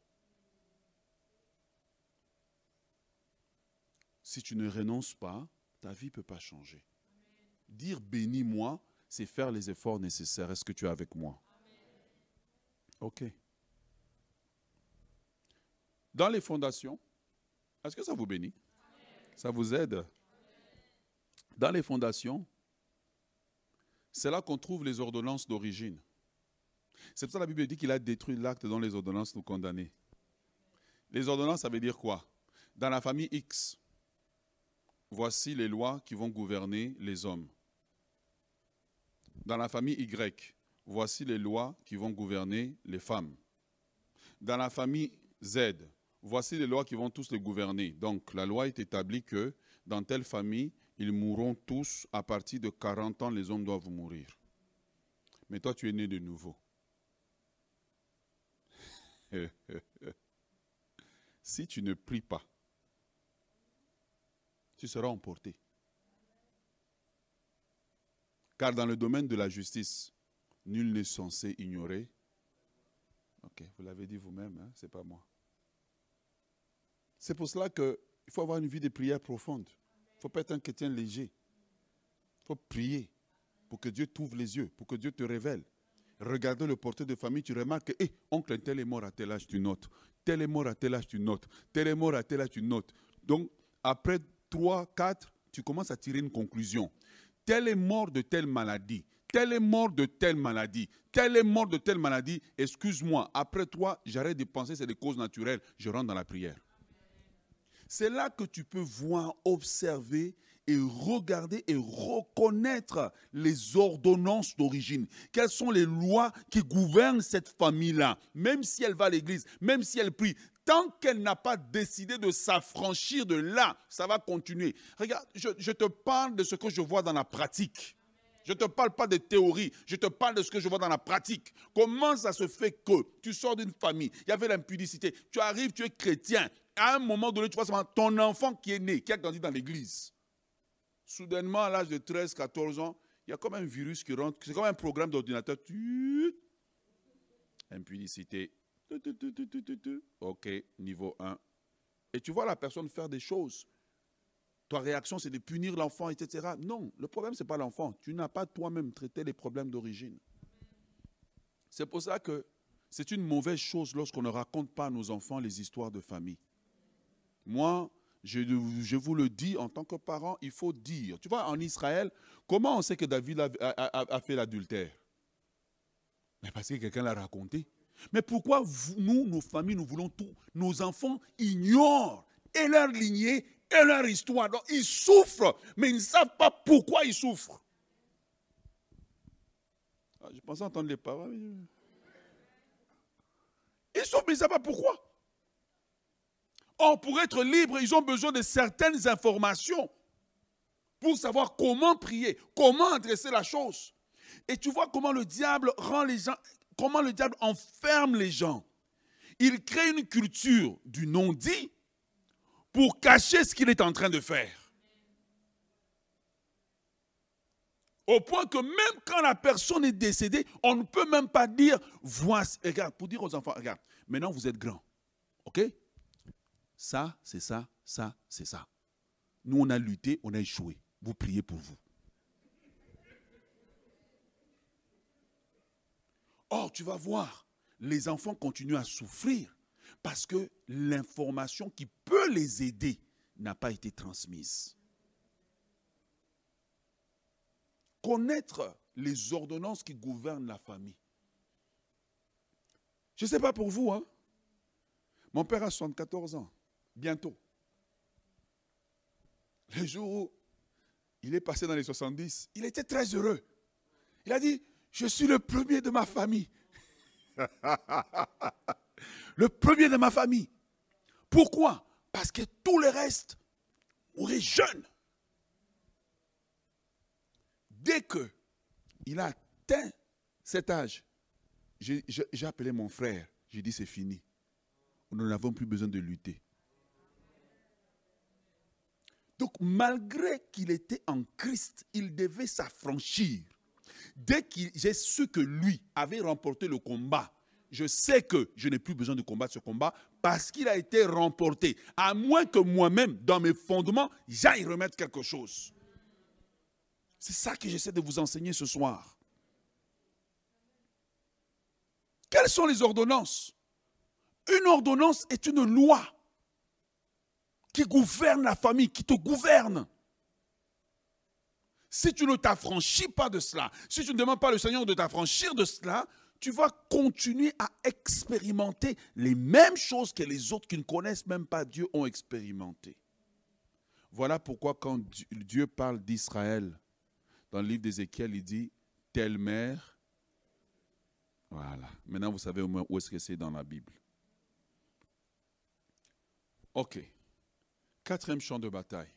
Si tu ne renonces pas, ta vie ne peut pas changer. Dire bénis-moi, c'est faire les efforts nécessaires. Est-ce que tu es avec moi? Ok. Dans les fondations, est-ce que ça vous bénit? Ça vous aide? Dans les fondations, c'est là qu'on trouve les ordonnances d'origine. C'est pour ça que la Bible dit qu'il a détruit l'acte dont les ordonnances nous condamnaient. Les ordonnances, ça veut dire quoi? Dans la famille X, voici les lois qui vont gouverner les hommes. Dans la famille Y, voici les lois qui vont gouverner les femmes. Dans la famille Z, voici les lois qui vont tous les gouverner. Donc, la loi est établie que dans telle famille, ils mourront tous à partir de 40 ans, les hommes doivent mourir. Mais toi, tu es né de nouveau. Si tu ne pries pas, tu seras emporté. Car dans le domaine de la justice, nul n'est censé ignorer. Ok, vous l'avez dit vous-même, hein, ce n'est pas moi. C'est pour cela qu'il faut avoir une vie de prière profonde. Il ne faut pas être un chrétien léger. Il faut prier pour que Dieu t'ouvre les yeux, pour que Dieu te révèle. Regardez le portrait de famille, tu remarques que oncle un tel est mort à tel âge, tu notes. Tel est mort à tel âge, tu notes. Tel est mort à tel âge, tu notes. Donc, après 3, 4, tu commences à tirer une conclusion. Tel est mort de telle maladie. Tel est mort de telle maladie. Tel est mort de telle maladie. Excuse-moi, après toi, j'arrête de penser que c'est des causes naturelles. Je rentre dans la prière. C'est là que tu peux voir, observer et regarder et reconnaître les ordonnances d'origine. Quelles sont les lois qui gouvernent cette famille-là? Même si elle va à l'église, même si elle prie, tant qu'elle n'a pas décidé de s'affranchir de là, ça va continuer. Regarde, je te parle de ce que je vois dans la pratique. Je ne te parle pas de théorie, je te parle de ce que je vois dans la pratique. Comment ça se fait que tu sors d'une famille, il y avait l'impudicité, tu arrives, tu es chrétien, à un moment donné, tu vois seulement ton enfant qui est né, qui a grandi dans l'église. Soudainement, à l'âge de 13, 14 ans, il y a comme un virus qui rentre, c'est comme un programme d'ordinateur. Impudicité. Ok, niveau 1. Et tu vois la personne faire des choses. Ta réaction, c'est de punir l'enfant, etc. Non, le problème, ce n'est pas l'enfant. Tu n'as pas toi-même traité les problèmes d'origine. C'est pour ça que c'est une mauvaise chose lorsqu'on ne raconte pas à nos enfants les histoires de famille. Moi, je vous le dis, en tant que parent, il faut dire. Tu vois, en Israël, comment on sait que David a fait l'adultère? Mais parce que quelqu'un l'a raconté. Mais pourquoi nous, nos familles, nous voulons tout? Nos enfants ignorent et leur lignée et leur histoire. Donc, ils souffrent, mais ils ne savent pas pourquoi ils souffrent. Ah, je pensais entendre les parents. Ils souffrent, mais ils ne savent pas pourquoi. Or, pour être libres, ils ont besoin de certaines informations pour savoir comment prier, comment adresser la chose. Et tu vois comment le diable rend les gens, comment le diable enferme les gens. Il crée une culture du non-dit pour cacher ce qu'il est en train de faire. Au point que même quand la personne est décédée, on ne peut même pas dire, voici, regarde, pour dire aux enfants, regarde, maintenant vous êtes grands, ok? Ça, c'est ça, ça, c'est ça. Nous, on a lutté, on a échoué. Vous priez pour vous. Or, tu vas voir, les enfants continuent à souffrir parce que l'information qui peut les aider n'a pas été transmise. Connaître les ordonnances qui gouvernent la famille. Je ne sais pas pour vous, hein. Mon père a 74 ans. Bientôt. Le jour où il est passé dans les 70, il était très heureux. Il a dit, je suis le premier de ma famille. Le premier de ma famille. Pourquoi? Parce que tout le reste mourrait jeune. Dès qu'il a atteint cet âge, j'ai appelé mon frère. J'ai dit, c'est fini. Nous n'avons plus besoin de lutter. Donc, malgré qu'il était en Christ, il devait s'affranchir. Dès que j'ai su que lui avait remporté le combat, je sais que je n'ai plus besoin de combattre ce combat parce qu'il a été remporté. À moins que moi-même, dans mes fondements, j'aille remettre quelque chose. C'est ça que j'essaie de vous enseigner ce soir. Quelles sont les ordonnances? Une ordonnance est une loi qui gouverne la famille, qui te gouverne. Si tu ne t'affranchis pas de cela, si tu ne demandes pas au Seigneur de t'affranchir de cela, tu vas continuer à expérimenter les mêmes choses que les autres qui ne connaissent même pas Dieu ont expérimenté. Voilà pourquoi quand Dieu parle d'Israël, dans le livre d'Ézéchiel, il dit « telle mère ». Voilà. Maintenant, vous savez au moins où est-ce que c'est dans la Bible. Ok. 4e champ de bataille.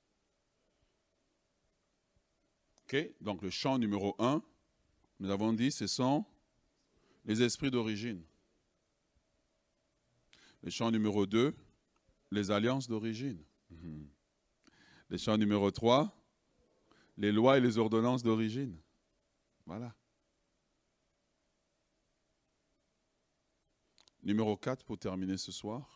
Ok. Donc le champ numéro 1, nous avons dit, ce sont les esprits d'origine. Le champ numéro 2, les alliances d'origine. Le champ numéro 3, les lois et les ordonnances d'origine. Voilà. Numéro 4 pour terminer ce soir.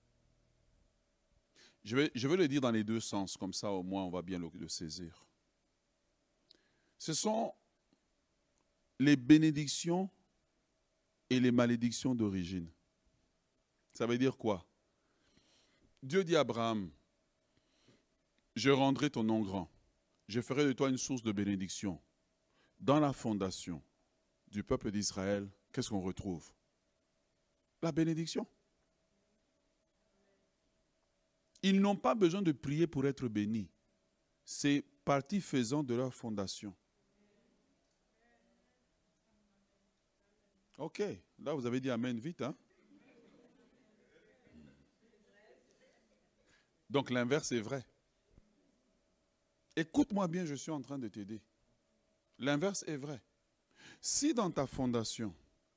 Je vais le dire dans les deux sens, comme ça au moins on va bien le saisir. Ce sont les bénédictions et les malédictions d'origine. Ça veut dire quoi? Dieu dit à Abraham, je rendrai ton nom grand. Je ferai de toi une source de bénédiction. Dans la fondation du peuple d'Israël, qu'est-ce qu'on retrouve? La bénédiction. Ils n'ont pas besoin de prier pour être bénis. C'est partie faisant de leur fondation. Ok, là vous avez dit amen vite, hein? Donc l'inverse est vrai. Écoute-moi bien, je suis en train de t'aider. L'inverse est vrai. Si dans ta fondation,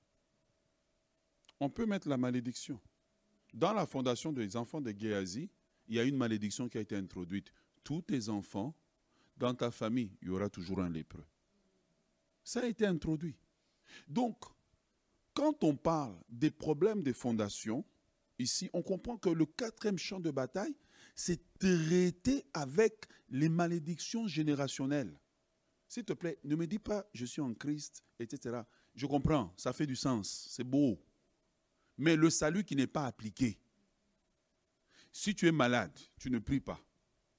on peut mettre la malédiction. Dans la fondation des enfants de Géasi, il y a une malédiction qui a été introduite. Tous tes enfants, dans ta famille, il y aura toujours un lépreux. Ça a été introduit. Donc, quand on parle des problèmes des fondations, ici, on comprend que le 4e champ de bataille, c'est traiter avec les malédictions générationnelles. S'il te plaît, ne me dis pas « je suis en Christ », etc. Je comprends, ça fait du sens, c'est beau. Mais le salut qui n'est pas appliqué, si tu es malade, tu ne pries pas.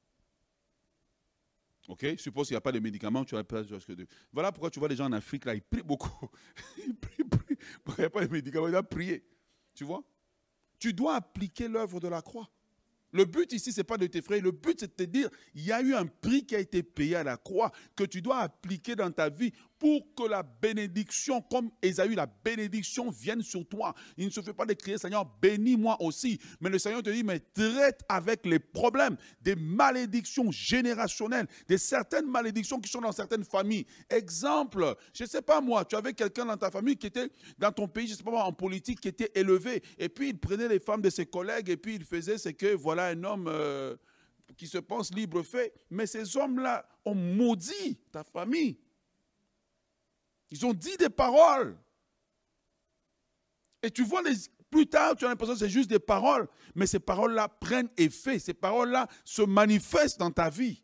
Ok? Suppose qu'il n'y a pas de médicaments, tu as pas. Voilà pourquoi tu vois les gens en Afrique, là, ils prient beaucoup. Ils prient. Il n'y a pas de médicaments, ils doivent prier. Tu vois? Tu dois appliquer l'œuvre de la croix. Le but ici, ce n'est pas de t'effrayer. Le but, c'est de te dire, il y a eu un prix qui a été payé à la croix que tu dois appliquer dans ta vie pour que la bénédiction, comme Ésaü, la bénédiction vienne sur toi. Il ne se fait pas de crier, Seigneur, bénis-moi aussi. Mais le Seigneur te dit, mais traite avec les problèmes, des malédictions générationnelles, des certaines malédictions qui sont dans certaines familles. Exemple, je ne sais pas moi, tu avais quelqu'un dans ta famille qui était dans ton pays, je ne sais pas moi, en politique, qui était élevé. Et puis il prenait les femmes de ses collègues et puis il faisait ce que, voilà, un homme qui se pense libre fait. Mais ces hommes-là ont maudit ta famille. Ils ont dit des paroles. Et tu vois, plus tard, tu as l'impression que c'est juste des paroles. Mais ces paroles-là prennent effet. Ces paroles-là se manifestent dans ta vie.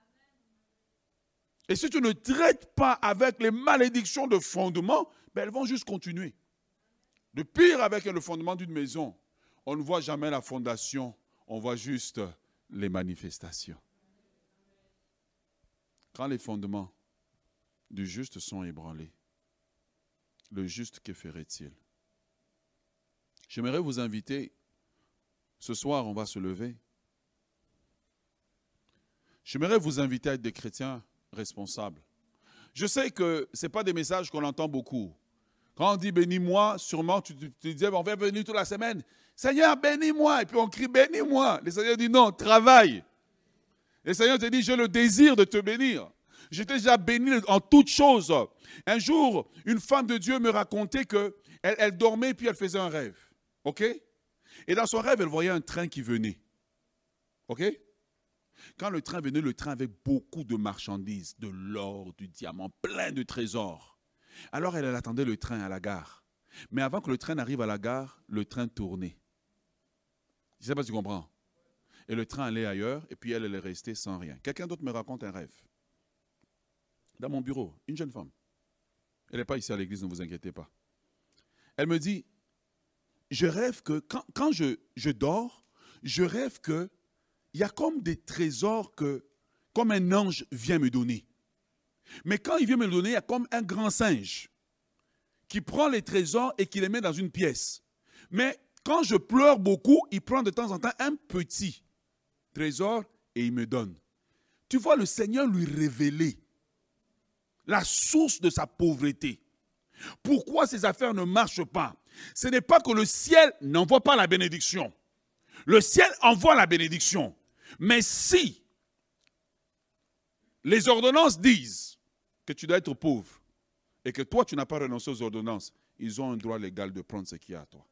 Et si tu ne traites pas avec les malédictions de fondement, ben elles vont juste continuer. Le pire avec le fondement d'une maison, on ne voit jamais la fondation, on voit juste les manifestations. Quand les fondements du juste sont ébranlés, le juste, que ferait-il? J'aimerais vous inviter, ce soir on va se lever, j'aimerais vous inviter à être des chrétiens responsables. Je sais que ce n'est pas des messages qu'on entend beaucoup. Quand on dit bénis-moi, sûrement tu te disais on va venir toute la semaine, Seigneur bénis-moi, et puis on crie bénis-moi. Le Seigneur dit non, travaille. Le Seigneur te dit j'ai le désir de te bénir. Je t'ai déjà béni en toutes choses. Un jour, une femme de Dieu me racontait qu'elle dormait et puis elle faisait un rêve. OK? Et dans son rêve, elle voyait un train qui venait. OK? Quand le train venait, le train avait beaucoup de marchandises, de l'or, du diamant, plein de trésors. Alors elle attendait le train à la gare. Mais avant que le train n'arrive à la gare, le train tournait. Je ne sais pas si tu comprends. Et le train allait ailleurs et puis elle est restée sans rien. Quelqu'un d'autre me raconte un rêve. Dans mon bureau, une jeune femme. Elle n'est pas ici à l'église, ne vous inquiétez pas. Elle me dit, je rêve que, quand je dors, je rêve qu'il y a comme des trésors comme un ange vient me donner. Mais quand il vient me le donner, il y a comme un grand singe qui prend les trésors et qui les met dans une pièce. Mais quand je pleure beaucoup, il prend de temps en temps un petit trésor et il me donne. Tu vois le Seigneur lui révéler la source de sa pauvreté. Pourquoi ces affaires ne marchent pas? Ce n'est pas que le ciel n'envoie pas la bénédiction. Le ciel envoie la bénédiction. Mais si les ordonnances disent que tu dois être pauvre et que toi tu n'as pas renoncé aux ordonnances, ils ont un droit légal de prendre ce qui est à toi.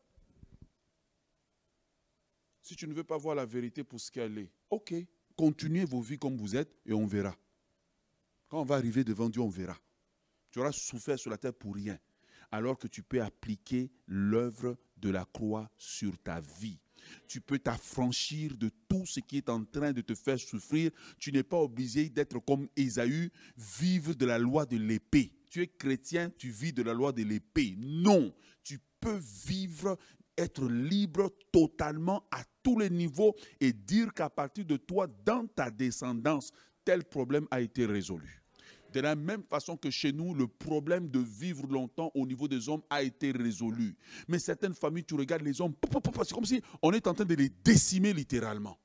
Si tu ne veux pas voir la vérité pour ce qu'elle est, ok, continuez vos vies comme vous êtes et on verra. Quand on va arriver devant Dieu, on verra. Tu auras souffert sur la terre pour rien, alors que tu peux appliquer l'œuvre de la croix sur ta vie. Tu peux t'affranchir de tout ce qui est en train de te faire souffrir. Tu n'es pas obligé d'être comme Ésaü, vivre de la loi de l'épée. Tu es chrétien, tu vis de la loi de l'épée. Non, tu peux vivre, être libre totalement à tous les niveaux et dire qu'à partir de toi, dans ta descendance, tel problème a été résolu. De la même façon que chez nous, le problème de vivre longtemps au niveau des hommes a été résolu. Mais certaines familles, tu regardes les hommes, c'est comme si on est en train de les décimer littéralement.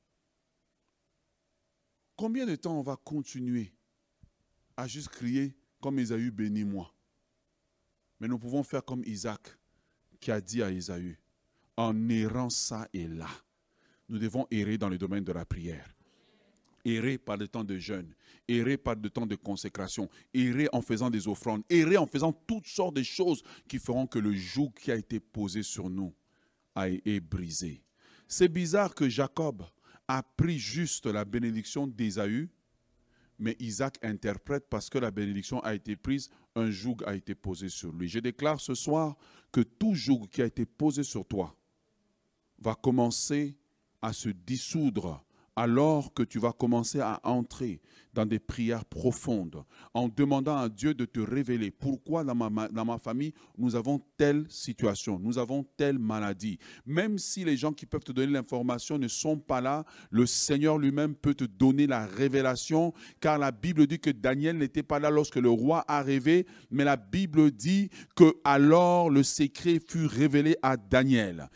Combien de temps on va continuer à juste crier comme Ésaü, bénis-moi? Mais nous pouvons faire comme Isaac qui a dit à Ésaü, en errant ça et là, nous devons errer dans le domaine de la prière. Errer par le temps de jeûne, errer par le temps de consécration, errer en faisant des offrandes, errer en faisant toutes sortes de choses qui feront que le joug qui a été posé sur nous est brisé. C'est bizarre que Jacob a pris juste la bénédiction d'Ésaü, mais Isaac interprète parce que la bénédiction a été prise, un joug a été posé sur lui. Je déclare ce soir que tout joug qui a été posé sur toi va commencer à se dissoudre alors que tu vas commencer à entrer dans des prières profondes, en demandant à Dieu de te révéler pourquoi dans ma famille, nous avons telle situation, nous avons telle maladie. Même si les gens qui peuvent te donner l'information ne sont pas là, le Seigneur lui-même peut te donner la révélation, car la Bible dit que Daniel n'était pas là lorsque le roi a rêvé, mais la Bible dit que alors le secret fut révélé à Daniel.